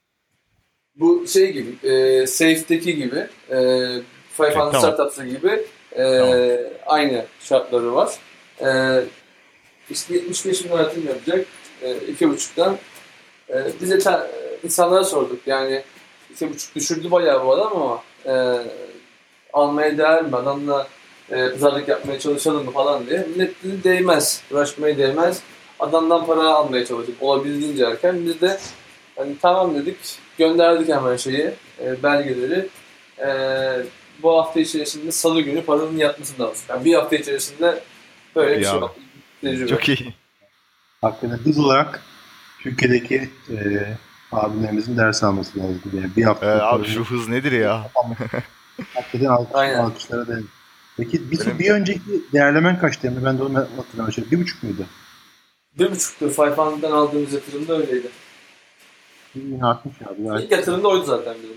Bu şey gibi, e, Safe'deki gibi, e, beş yüz tamam. Startups'ı gibi e, Tamam. aynı şartları var. E, işte yetmiş beş milyon yatırım yapacak, e, iki buçuktan. E, biz de ta- insanlara sorduk, yani iki buçuk düşürdü bayağı bu adam ama e, almaya değer mi? Adamla e, pazarlık yapmaya çalışalım mı falan diye. Millet dedi değmez, uğraşmaya değmez. Adamdan para almaya çalışıp olabildiğince erken biz de hani tamam dedik, gönderdik hemen şeyi, e, belgeleri. E, bu hafta içerisinde salı günü paranın yatması lazım. Yani bir hafta içerisinde böyle bir Ya. şey oldu. Tecrübe. Çok iyi. Hakikaten hız olarak Türkiye'deki e, abilerimizin ders alması lazım. Yani bir Ee, hafta abi şu hız nedir ya? hakikaten alkış, Aynen. alkışlara değer. Peki bir, Benim- bir önceki değerlemen kaçtı Emre? Ben de onu hatırlamıyorum. Bir buçuk muydu? Bir buçuktu. beş yüzden aldığımız yatırımda öyleydi. Yine artmış abi. Yani İlk yatırım da oydu zaten bizim.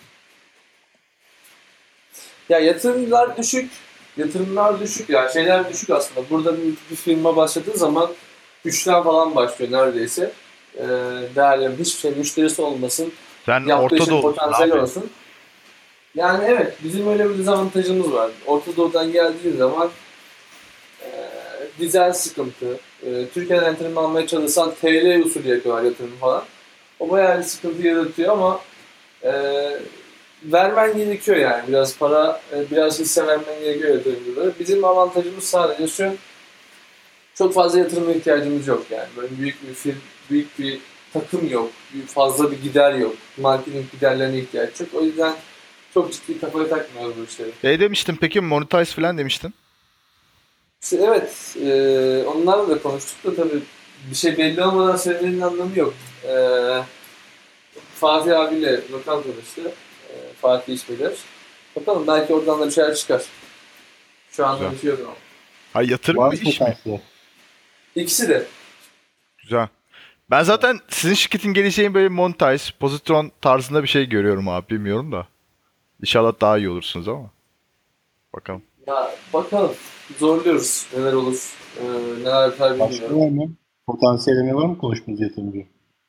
Ya yatırımlar düşük. Yatırımlar düşük ya. Şeyler düşük aslında. Burada bir, bir firma başladığı zaman üçten falan başlıyor neredeyse. Ee, değerli hiçbir şey müşterisi olmasın. Sen Yaptığı Orta işin Doğu potansiyel abi. olsun. Yani evet bizim öyle bir dezavantajımız var. Orta Doğu'dan geldiği zaman e, dizel sıkıntı. E, Türkiye'den yatırım almaya çalışsan T L usulü yapıyorlar yatırım falan. O bayağı bir sıkıntı yaratıyor ama e, vermen gerekiyor yani. Biraz para, e, biraz hisse vermen gerekiyor yatırımcılara. Bizim avantajımız sadece şu, çok fazla yatırıma ihtiyacımız yok yani. Böyle büyük bir fir, büyük bir takım yok. Büyük, fazla bir gider yok. Marketing giderlerine ihtiyaç yok. O yüzden çok ciddi kafaya takmıyoruz bu işleri. Şey demiştin peki monetize falan demiştin. İşte evet, e, onlarla da konuştuk da tabii bir şey belli olmadan söylemenin anlamı yok. E, Fatih abiyle lokal konuştu. E, Fatih İşbirler. Bakalım belki oradan da bir şeyler çıkar. Şu anda Güzel. yapıyorum ama. Ha, yatırım Var mı mı iş mi? potansiyel? İkisi de. Güzel. Ben zaten sizin şirketin geleceğin böyle montaj, pozitron tarzında bir şey görüyorum abi. Bilmiyorum da. İnşallah daha iyi olursunuz ama. Bakalım. Ya bakalım. Zorluyoruz. Neler olur. Ee, neler biter Başka bilmiyorum. var mı? Potansiyelini var mı konuştuğunuz yatırımcı?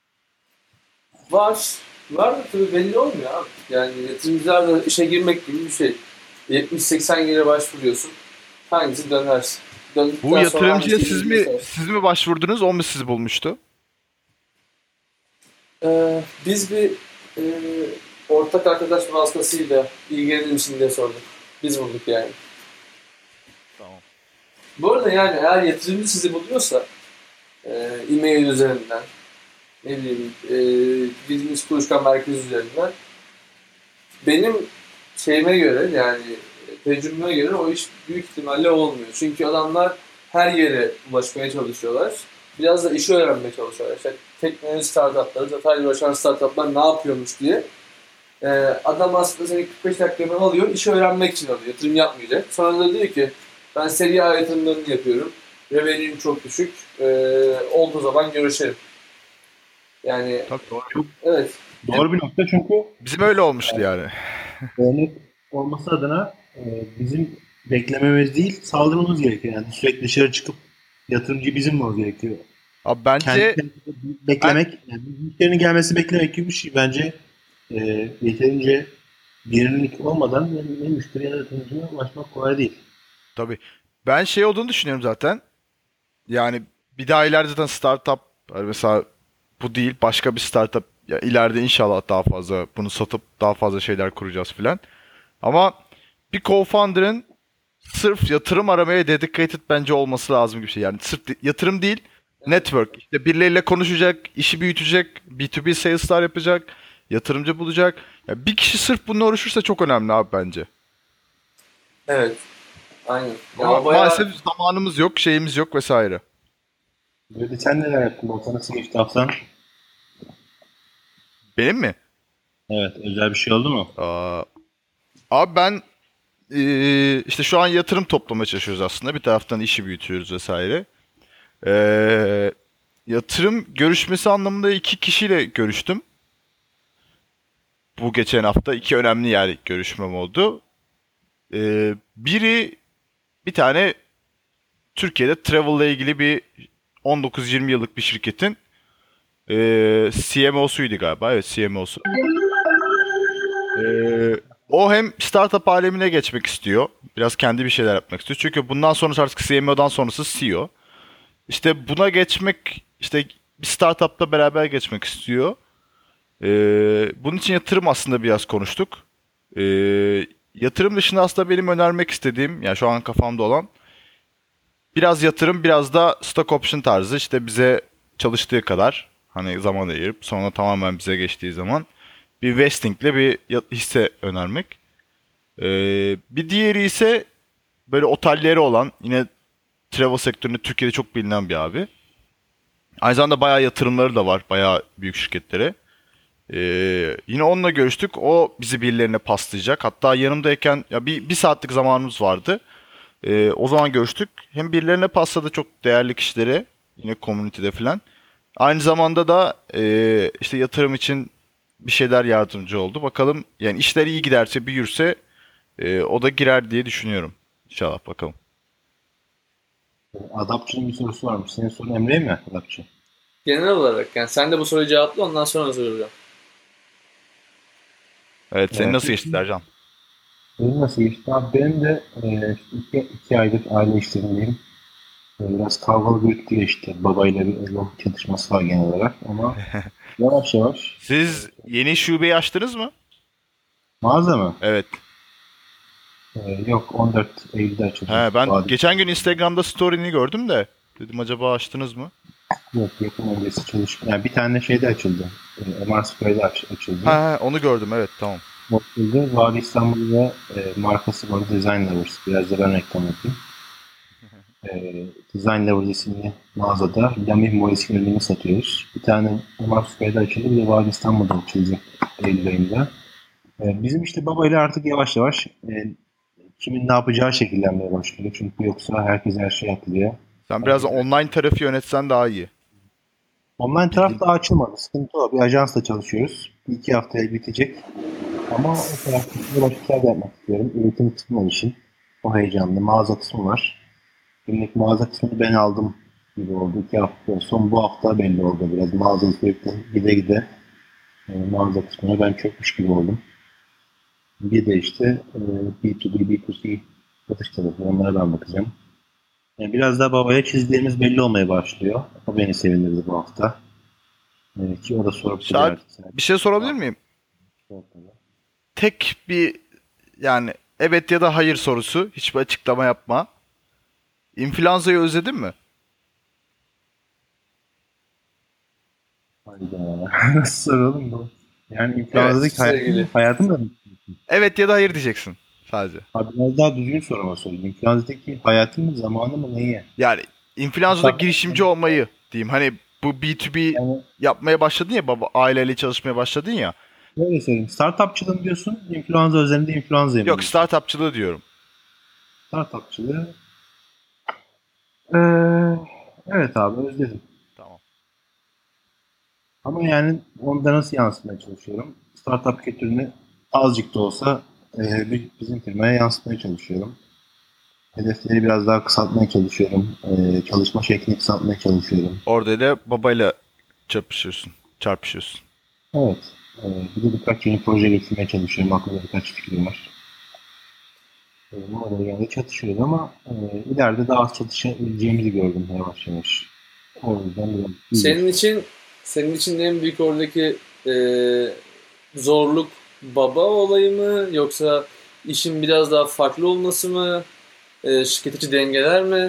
Var. Var da tabii belli olmuyor abi. Yani yatırımcılar da işe girmek gibi bir şey. yetmiş seksen yere başvuruyorsun. Hangisi dönersin? Bu Döndükten sonra yatırımcıya hangisi siz mi gidiyorsa. siz mi başvurdunuz, o mu sizi bulmuştu? Ee, biz bir e, ortak arkadaş vasıtasıyla ilgilenir misin diye sorduk. Biz bulduk yani. Tamam. Bu arada yani eğer yatırımcı sizi buluyorsa e, e-mail üzerinden ne bileyim e, bildiğiniz kuluçka merkezi üzerinden benim şeyime göre yani tecrübeme göre o iş büyük ihtimalle olmuyor. Çünkü adamlar her yere ulaşmaya çalışıyorlar. Biraz da işi öğrenmeye çalışıyorlar. İşte teknoloji startupları, detaylı uğraşan startuplar ne yapıyormuş diye. Ee, adam aslında seni kırk beş dakikanı alıyor, işi öğrenmek için alıyor. Yatırım yapmayacak. Sonra da diyor ki ben seri A yatırımlarını yapıyorum. Revenue'm çok düşük. Ee, olduğu zaman görüşelim. Yani Tabii doğru. evet. Doğru bir nokta çünkü Bizim öyle olmuştu yani. örnek olması adına e, bizim beklememiz değil, saldırmamız gerekiyor. Yani sürekli dışarı çıkıp yatırımcı bizim olmamız gerekiyor. Abi bence Kendi beklemek, yani müşterinin gelmesi beklemek gibi bir şey. Bence e, yeterince derinlik olmadan ne, ne müşteri ya da yatırımcıya ulaşmak kolay değil. tabii ben şey olduğunu düşünüyorum zaten. Yani bir daha ileride zaten startup, hani mesela bu değil başka bir startup, ya ileride inşallah daha fazla bunu satıp daha fazla şeyler kuracağız filan. Ama bir co-founder'ın sırf yatırım aramaya dedicated bence olması lazım gibi bir şey. Yani sırf de- yatırım değil, network. İşte birileriyle konuşacak, işi büyütecek, B iki B sales'lar yapacak, yatırımcı bulacak. Ya bir kişi sırf bununla uğraşırsa çok önemli abi bence. Evet. Aynen. Ya Ama o bayağı maalesef zamanımız yok, şeyimiz yok vesaire. Böyle sen neler yaptın? Volkan, nasıl geçti haftan? Benim mi? Evet, özel bir şey oldu mu? Aa, abi ben eee, işte şu an yatırım toplamaya çalışıyoruz aslında. Bir taraftan işi büyütüyoruz vesaire. Eee, yatırım görüşmesi anlamında iki kişiyle görüştüm. Bu geçen hafta iki önemli yer görüşmem oldu. Eee, biri bir tane Türkiye'de travel ile ilgili bir on dokuz yirmi yıllık bir şirketin eee C M O'suydu galiba. Evet, C M O'su. Eee, o hem startup alemine geçmek istiyor. Biraz kendi bir şeyler yapmak istiyor. Çünkü bundan sonrası artık C M O'dan sonrası C E O. İşte buna geçmek, işte bir startupla beraber geçmek istiyor. Ee, bunun için yatırım aslında biraz konuştuk. Ee, yatırım dışında aslında benim önermek istediğim, yani şu an kafamda olan biraz yatırım, biraz da stock option tarzı, işte bize çalıştığı kadar hani zaman ayırıp sonra tamamen bize geçtiği zaman bir vestingle bir ya- hisse önermek. Ee, bir diğeri ise böyle otelleri olan, yine travel sektöründe Türkiye'de çok bilinen bir abi. Aynı zamanda bayağı yatırımları da var. Bayağı büyük şirketlere. Ee, yine onunla görüştük. O bizi birilerine paslayacak. Hatta yanımdayken ya bir, bir saatlik zamanımız vardı. Ee, o zaman görüştük. Hem birilerine pasladı, çok değerli kişilere. Yine community'de falan. Aynı zamanda da e, işte yatırım için bir şeyler yardımcı oldu. Bakalım, yani işler iyi giderse, büyürse e, o da girer diye düşünüyorum. İnşallah, bakalım. Adapçı'nın bir sorusu varmış. Senin sorun Emre mi? Adapçı. genel olarak yani sen de bu soruyu cevapla ondan sonra soracağım. Evet, senin Evet. nasıl geçti Sercan? Benim nasıl geçti? Abi benim de e, iki, iki aylık aile işlerindeyim. E, biraz kavgalı bir geçti. Babayla bir evlilik çatışması var genel olarak ama yavaş yavaş. Siz yeni şubeyi açtınız mı? Mağaza mı? Evet. E, yok, on dört Eylül'de açılacak. He, ben Vadi. geçen gün Instagram'da story'ni gördüm de dedim acaba açtınız mı? Yok, yakın öncesi çalışma. Yani bir tane şeyde açıldı. E, M R Square'de aç- açıldı. Ha, onu gördüm, evet, tamam. Açıldı. Vadi İstanbul'da e, markası var. Design Lovers. Biraz da ben reklam yapayım. E, Design Lovers isimli mağazada Lamih Mois'in ürününü satıyoruz. Bir tane M R Square'de açıldı. Bir de Vadi İstanbul'da açılacak Eylül ayında. E, bizim işte babayla artık yavaş yavaş e, kimin ne yapacağı şekillenmeye başlıyor. Çünkü yoksa herkes her şeyi atlıyor. Sen biraz online tarafı yönetsen daha iyi. Online Bildiğin. taraf daha açılmadı. Sıkıntı o. Bir ajansla çalışıyoruz. Bir iki haftaya bitecek. Ama o tarafta başka şeyler de yapmak istiyorum. Üretim kısmı var işin. O heyecanlı. Mağaza kısmı var. Günlük mağaza kısmını ben aldım gibi oldu. İki hafta. Son bu hafta belli oldu biraz. Mağaza sürekli gide gide e, mağaza kısmına ben çökmüş gibi oldum. Bir de işte e, B iki B, B iki C satış tarafı. Onlara ben bakacağım. Yani biraz daha babaya çizdiğimiz belli olmaya başlıyor. O beni sevindirdi bu hafta. E, ki o da sorup duruyor Şahit, artık. bir şey sorabilir miyim? Tek bir yani evet ya da hayır sorusu. Hiçbir açıklama yapma. İnfluenza'yı özledin mi? Hayda. Nasıl soralım bu? Yani Evet. influencer'daki Sevgili. hayatım, hayatım da mı? Evet ya da hayır diyeceksin sadece. Abi biraz daha düzgün soruma sorayım. İnfluencer'daki hayatım mı, zamanı mı, neyi? Yani influencer'da girişimci olmayı diyeyim. Hani bu B iki B Yani yapmaya başladın ya baba aileyle çalışmaya başladın ya. böyle söyleyeyim. Startupçılığı diyorsun, influencer üzerinde influencer'ım Yok diyorsun. startupçılığı diyorum. Startupçılığı ee, evet abi özledim. Tamam. Ama yani onda nasıl yansıtmaya çalışıyorum? Startup kültürünü azıcık da olsa ee, bi- bizim firmaya yansıtmaya çalışıyorum. Hedefleri biraz daha kısaltmaya çalışıyorum. Ee, çalışma şeklini kısaltmaya çalışıyorum. Orada da babayla çarpışıyorsun. Çarpışıyorsun. Evet. Ee, bir de birkaç yeni proje getirmeye çalışıyorum. Aklımda birkaç fikrim var. Ee, bu arada yani çatışıyoruz ama e, ileride daha az çatışabileceğimizi gördüm yavaş yavaş. O yüzden biraz iyi Senin geçiyor. için senin için en büyük oradaki e, zorluk baba olayı mı yoksa işin biraz daha farklı olması mı? E, şirket içi dengeler mi?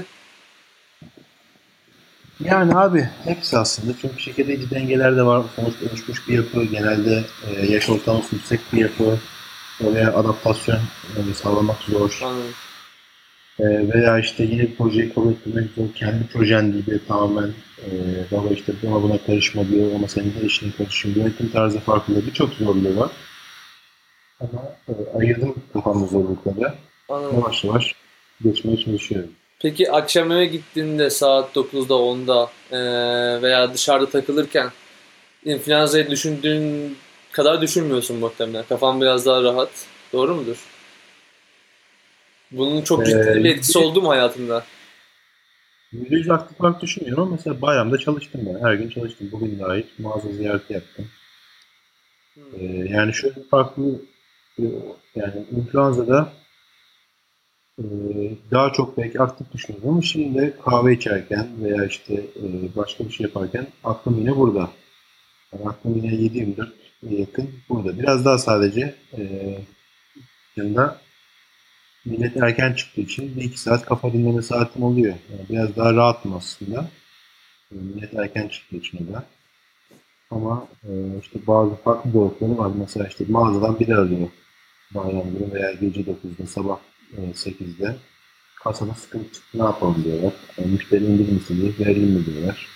Yani abi hepsi aslında. Çünkü şirkette içi dengeler de var. Sonuçta oluşmuş bir yapı. Genelde e, yaş ortalaması yüksek bir yapı. Oraya adaptasyon e, sağlamak zor. Anladım. E, veya işte yeni bir projeyi kabul etmek zor. Kendi projen değil de tamamen e, baba işte buna buna karışma diyor ama senin de işine karışım. Yönetim tarzı farklı. Birçok zorluğu var. Ama e, ayırdım kafamda zorlukları. Anladım. Yavaş yavaş geçmeye çalışıyorum. Peki akşam eve gittiğinde saat dokuzda onda e, veya dışarıda takılırken influenza'yı düşündüğün kadar düşünmüyorsun muhtemelen. Kafan biraz daha rahat. Doğru mudur? Bunun çok ciddi bir E, etkisi oldu mu hayatında? yüzde yüz aktif olarak düşünmüyorum ama mesela bayramda çalıştım ben. Her gün çalıştım. Bugün dahil mağaza ziyareti yaptım. Hmm. E, yani şöyle farklı e, yani influenza'da e, daha çok belki aktif düşünüyorum ama şimdi de kahve içerken veya işte e, başka bir şey yaparken aklım yine burada. Yani aklım yine yedi yirmi dört yakın burada. Biraz daha sadece e, yanında millet erken çıktığı için bir iki saat kafa dinleme saatim oluyor. Yani biraz daha rahatım aslında. E, millet erken çıktığı için o da. Ama e, işte bazı farklı zorlukları var. Mesela işte mağazadan biri arıyor. Bayram günü veya gece dokuzda sabah e, sekizde. Kasada sıkıntı çıktı ne yapalım diyorlar. E, müşteri indirir misiniz, verelim mi diyorlar.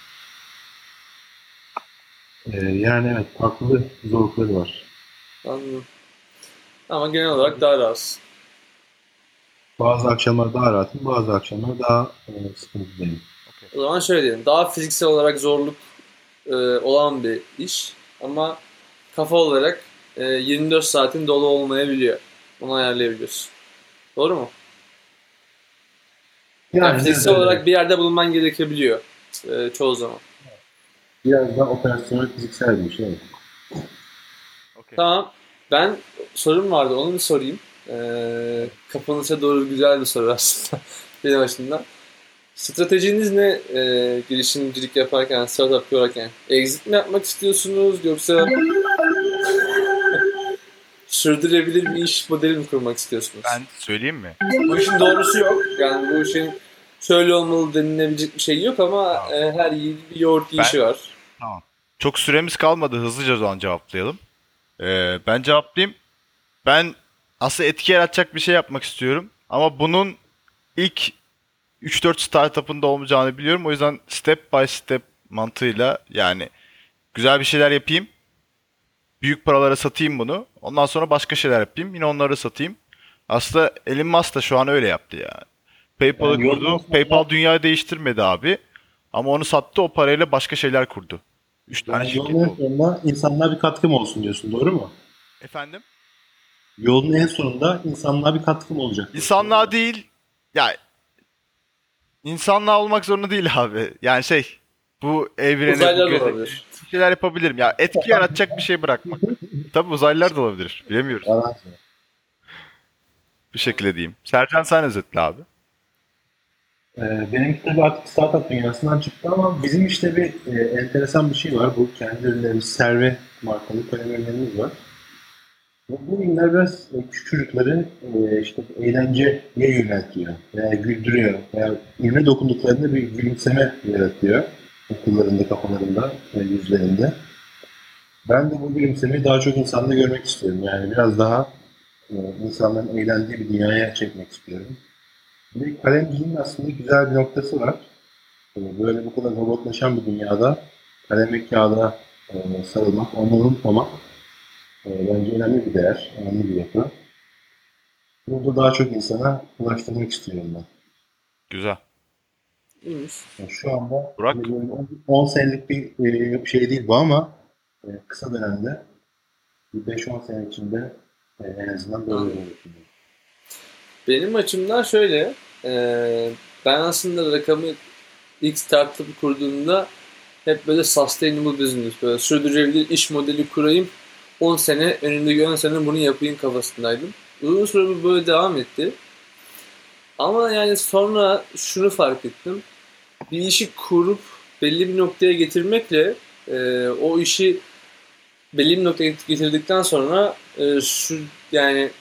E, yani evet farklı zorlukları var. Anladım. Ama genel olarak daha rahatsın. Bazı akşamlar daha rahatım, bazı akşamlar daha e, sıkıntılıyım. Okay. O zaman şöyle diyelim. Daha fiziksel olarak zorluk e, olan bir iş ama kafa olarak e, yirmi dört saatin dolu olmayabiliyor. Onu ayarlayabiliyorsun. Doğru mu? Yani Yani biraz fiziksel öyle. olarak bir yerde bulunman gerekebiliyor e, çoğu zaman. Biraz daha operasyonel fiziksel bir şey. Evet. Okay. Tamam. Ben sorum vardı. Onu bir sorayım. E, kapanışa doğru güzel bir soru aslında. Benim açımdan. Stratejiniz ne e, girişimcilik yaparken, startup kurarken? Exit mi yapmak istiyorsunuz yoksa sürdürülebilir bir iş modeli mi kurmak istiyorsunuz? Ben söyleyeyim mi? Bu işin doğrusu yok. Yani bu işin şöyle olmalı denilebilecek bir şey yok ama Tamam. e, her yiğidin bir yoğurt Ben yiyişi var. tamam. Çok süremiz kalmadı. Hızlıca o zaman cevaplayalım. Ee, ben cevaplayayım. Ben aslında etki yaratacak bir şey yapmak istiyorum. Ama bunun ilk üç dört startup'ın da olmayacağını biliyorum. O yüzden step by step mantığıyla yani güzel bir şeyler yapayım. Büyük paralara satayım bunu. Ondan sonra başka şeyler yapayım. Yine onları satayım. Aslında Elon Musk da şu an öyle yaptı ya. PayPal'ı Yani yoldan kurdu. sonra- PayPal dünyayı değiştirmedi abi. Ama onu sattı, o parayla başka şeyler kurdu. Üç tane Yani şirket yolun en oldu. sonunda insanlığa bir katkım olsun diyorsun, doğru mu? Efendim? Yolun en sonunda insanlığa bir katkım olacak diyorsun. İnsanlığa değil, ya insanlığa olmak zorunda değil abi. Yani şey, bu evrene, bu Uzaylılar da gezegene olabilir. bir şeyler yapabilirim. Ya etki yaratacak bir şey bırakmak. Tabii uzaylılar da olabilir. Bilemiyoruz. Yalan. Bu şekilde diyeyim. Sercan sen özetle abi. Ee, benimki tabii artık startup dünyasından çıktı ama bizim işte bir e, enteresan bir şey var. Bu kendi ürünlerimiz, Serve markalı kalem ürünlerimiz var. Ve bu ürünler biraz e, küçük çocukları e, işte eğlenceye yöneltiyor veya güldürüyor veya ürüne dokunduklarında bir gülümseme yaratıyor. Akıllarında, kafalarında ve yüzlerinde. Ben de bu gülümsemeyi daha çok insanda görmek istiyorum. Yani biraz daha e, insanların eğlendiği bir dünyaya çekmek istiyorum. Bir de kalemciliğin aslında güzel bir noktası var. E, Böyle bu kadar robotlaşan bir dünyada kaleme kağıda e, sarılmak, onu unutmamak e, bence önemli bir değer, önemli bir yapı. Bunu da daha çok insana ulaştırmak istiyorum ben. Güzel. İyiymiş. Yani şu anda Burak? hani böyle on senelik bir e, şey değil bu ama e, kısa dönemde bir beş on sene içinde e, en azından böyle Anladım. bir Benim açımdan şöyle, e, ben aslında rakamı ilk startup kurduğumda hep böyle sustainable business, böyle sürdürülebilir iş modeli kurayım, on sene, önümdeki on sene bunu yapayım kafasındaydım. Uzun süre bu böyle devam etti. Ama yani sonra şunu fark ettim. Bir işi kurup belli bir noktaya getirmekle e, o işi belli bir noktaya getirdikten sonra e, şu yani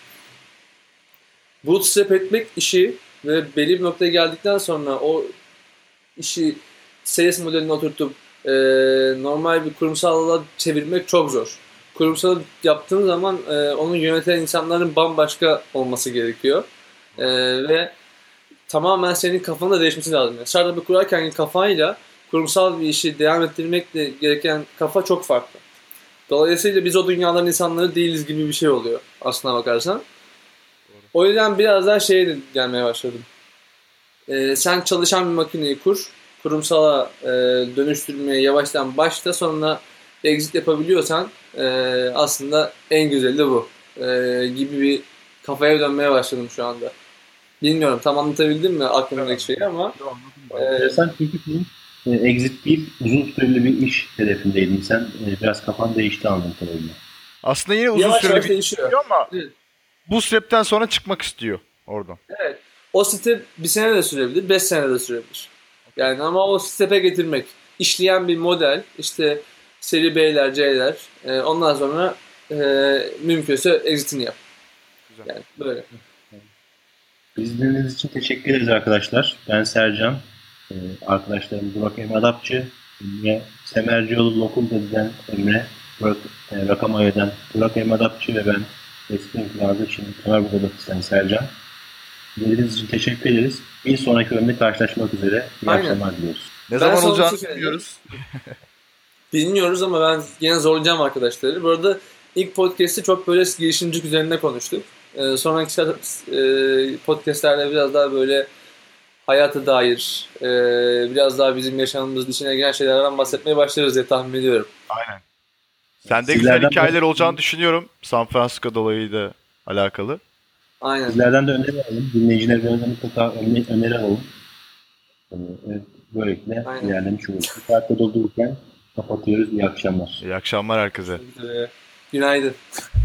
bootstrap etmek işi ve belli bir noktaya geldikten sonra o işi sales modeline oturtup e, normal bir kurumsalla çevirmek çok zor. Kurumsal yaptığın zaman e, onu yöneten insanların bambaşka olması gerekiyor. E, ve tamamen senin kafanda değişmesi lazım. Yani startup'ı kurarken kafayla kurumsal bir işi devam ettirmekle gereken kafa çok farklı. Dolayısıyla biz o dünyaların insanları değiliz gibi bir şey oluyor aslına bakarsan. O yüzden biraz daha şeye gelmeye başladım. Ee, sen çalışan bir makineyi kur, kurumsala e, dönüştürmeye yavaştan başla, sonra exit yapabiliyorsan e, aslında en güzeli de bu e, gibi bir kafaya dönmeye başladım şu anda. Bilmiyorum tam anlatabildim mi aklımdaki şeyi ama e, enteresan çünkü senin e, exit değil, uzun süreli bir iş hedefindeydin. Sen e, biraz kafan değişti anladığım kadarıyla. Aslında yine uzun yavaş süreli yavaş bir değişiyor. istiyor ama Evet. bu stepten sonra çıkmak istiyor oradan. Evet. O step bir sene de sürebilir, beş sene de sürebilir. Yani ama o step'e getirmek, işleyen bir model, işte seri B'ler, C'ler, e, ondan sonra e, mümkünse exit'ini yap. Güzel. Yani böyle. İzlediğiniz için teşekkür ederiz arkadaşlar. Ben Sercan. E, arkadaşlarım Burak Emre Adapçı, Emre Semercioğlu Lokum'dan Emre, Burak e, Rakamaya'dan Burak Emre Adapçı ve ben eski imkanı şimdi Kemal Budakistan Sercan. İzlediğiniz için teşekkür ederiz. Bir sonraki bölümde karşılaşmak üzere. İyi Aynen. akşamlar diliyoruz. Ne Ben zaman sana olacağını bir şey bilmiyoruz. Bilmiyoruz ama ben yine zorlayacağım arkadaşları. Bu arada ilk podcast'i çok böyle girişimcilik üzerine konuştuk. E, sonraki e, podcast'lerde biraz daha böyle hayata dair, e, biraz daha bizim yaşamımızın içine giren şeylerden bahsetmeye başlarız diye tahmin ediyorum. Aynen. Sende güzel Sizlerden hikayeler de- olacağını düşünüyorum. San Francisco dolayıyla alakalı. Aynen. Sizlerden de öneri alalım. Dinleyicilerden de mutlaka öneri, öneri alalım. Ee, evet, böylelikle Aynen. ilerlemiş oluruz. Bu saatte doldururken kapatıyoruz. İyi akşamlar. İyi akşamlar herkese. Günaydın.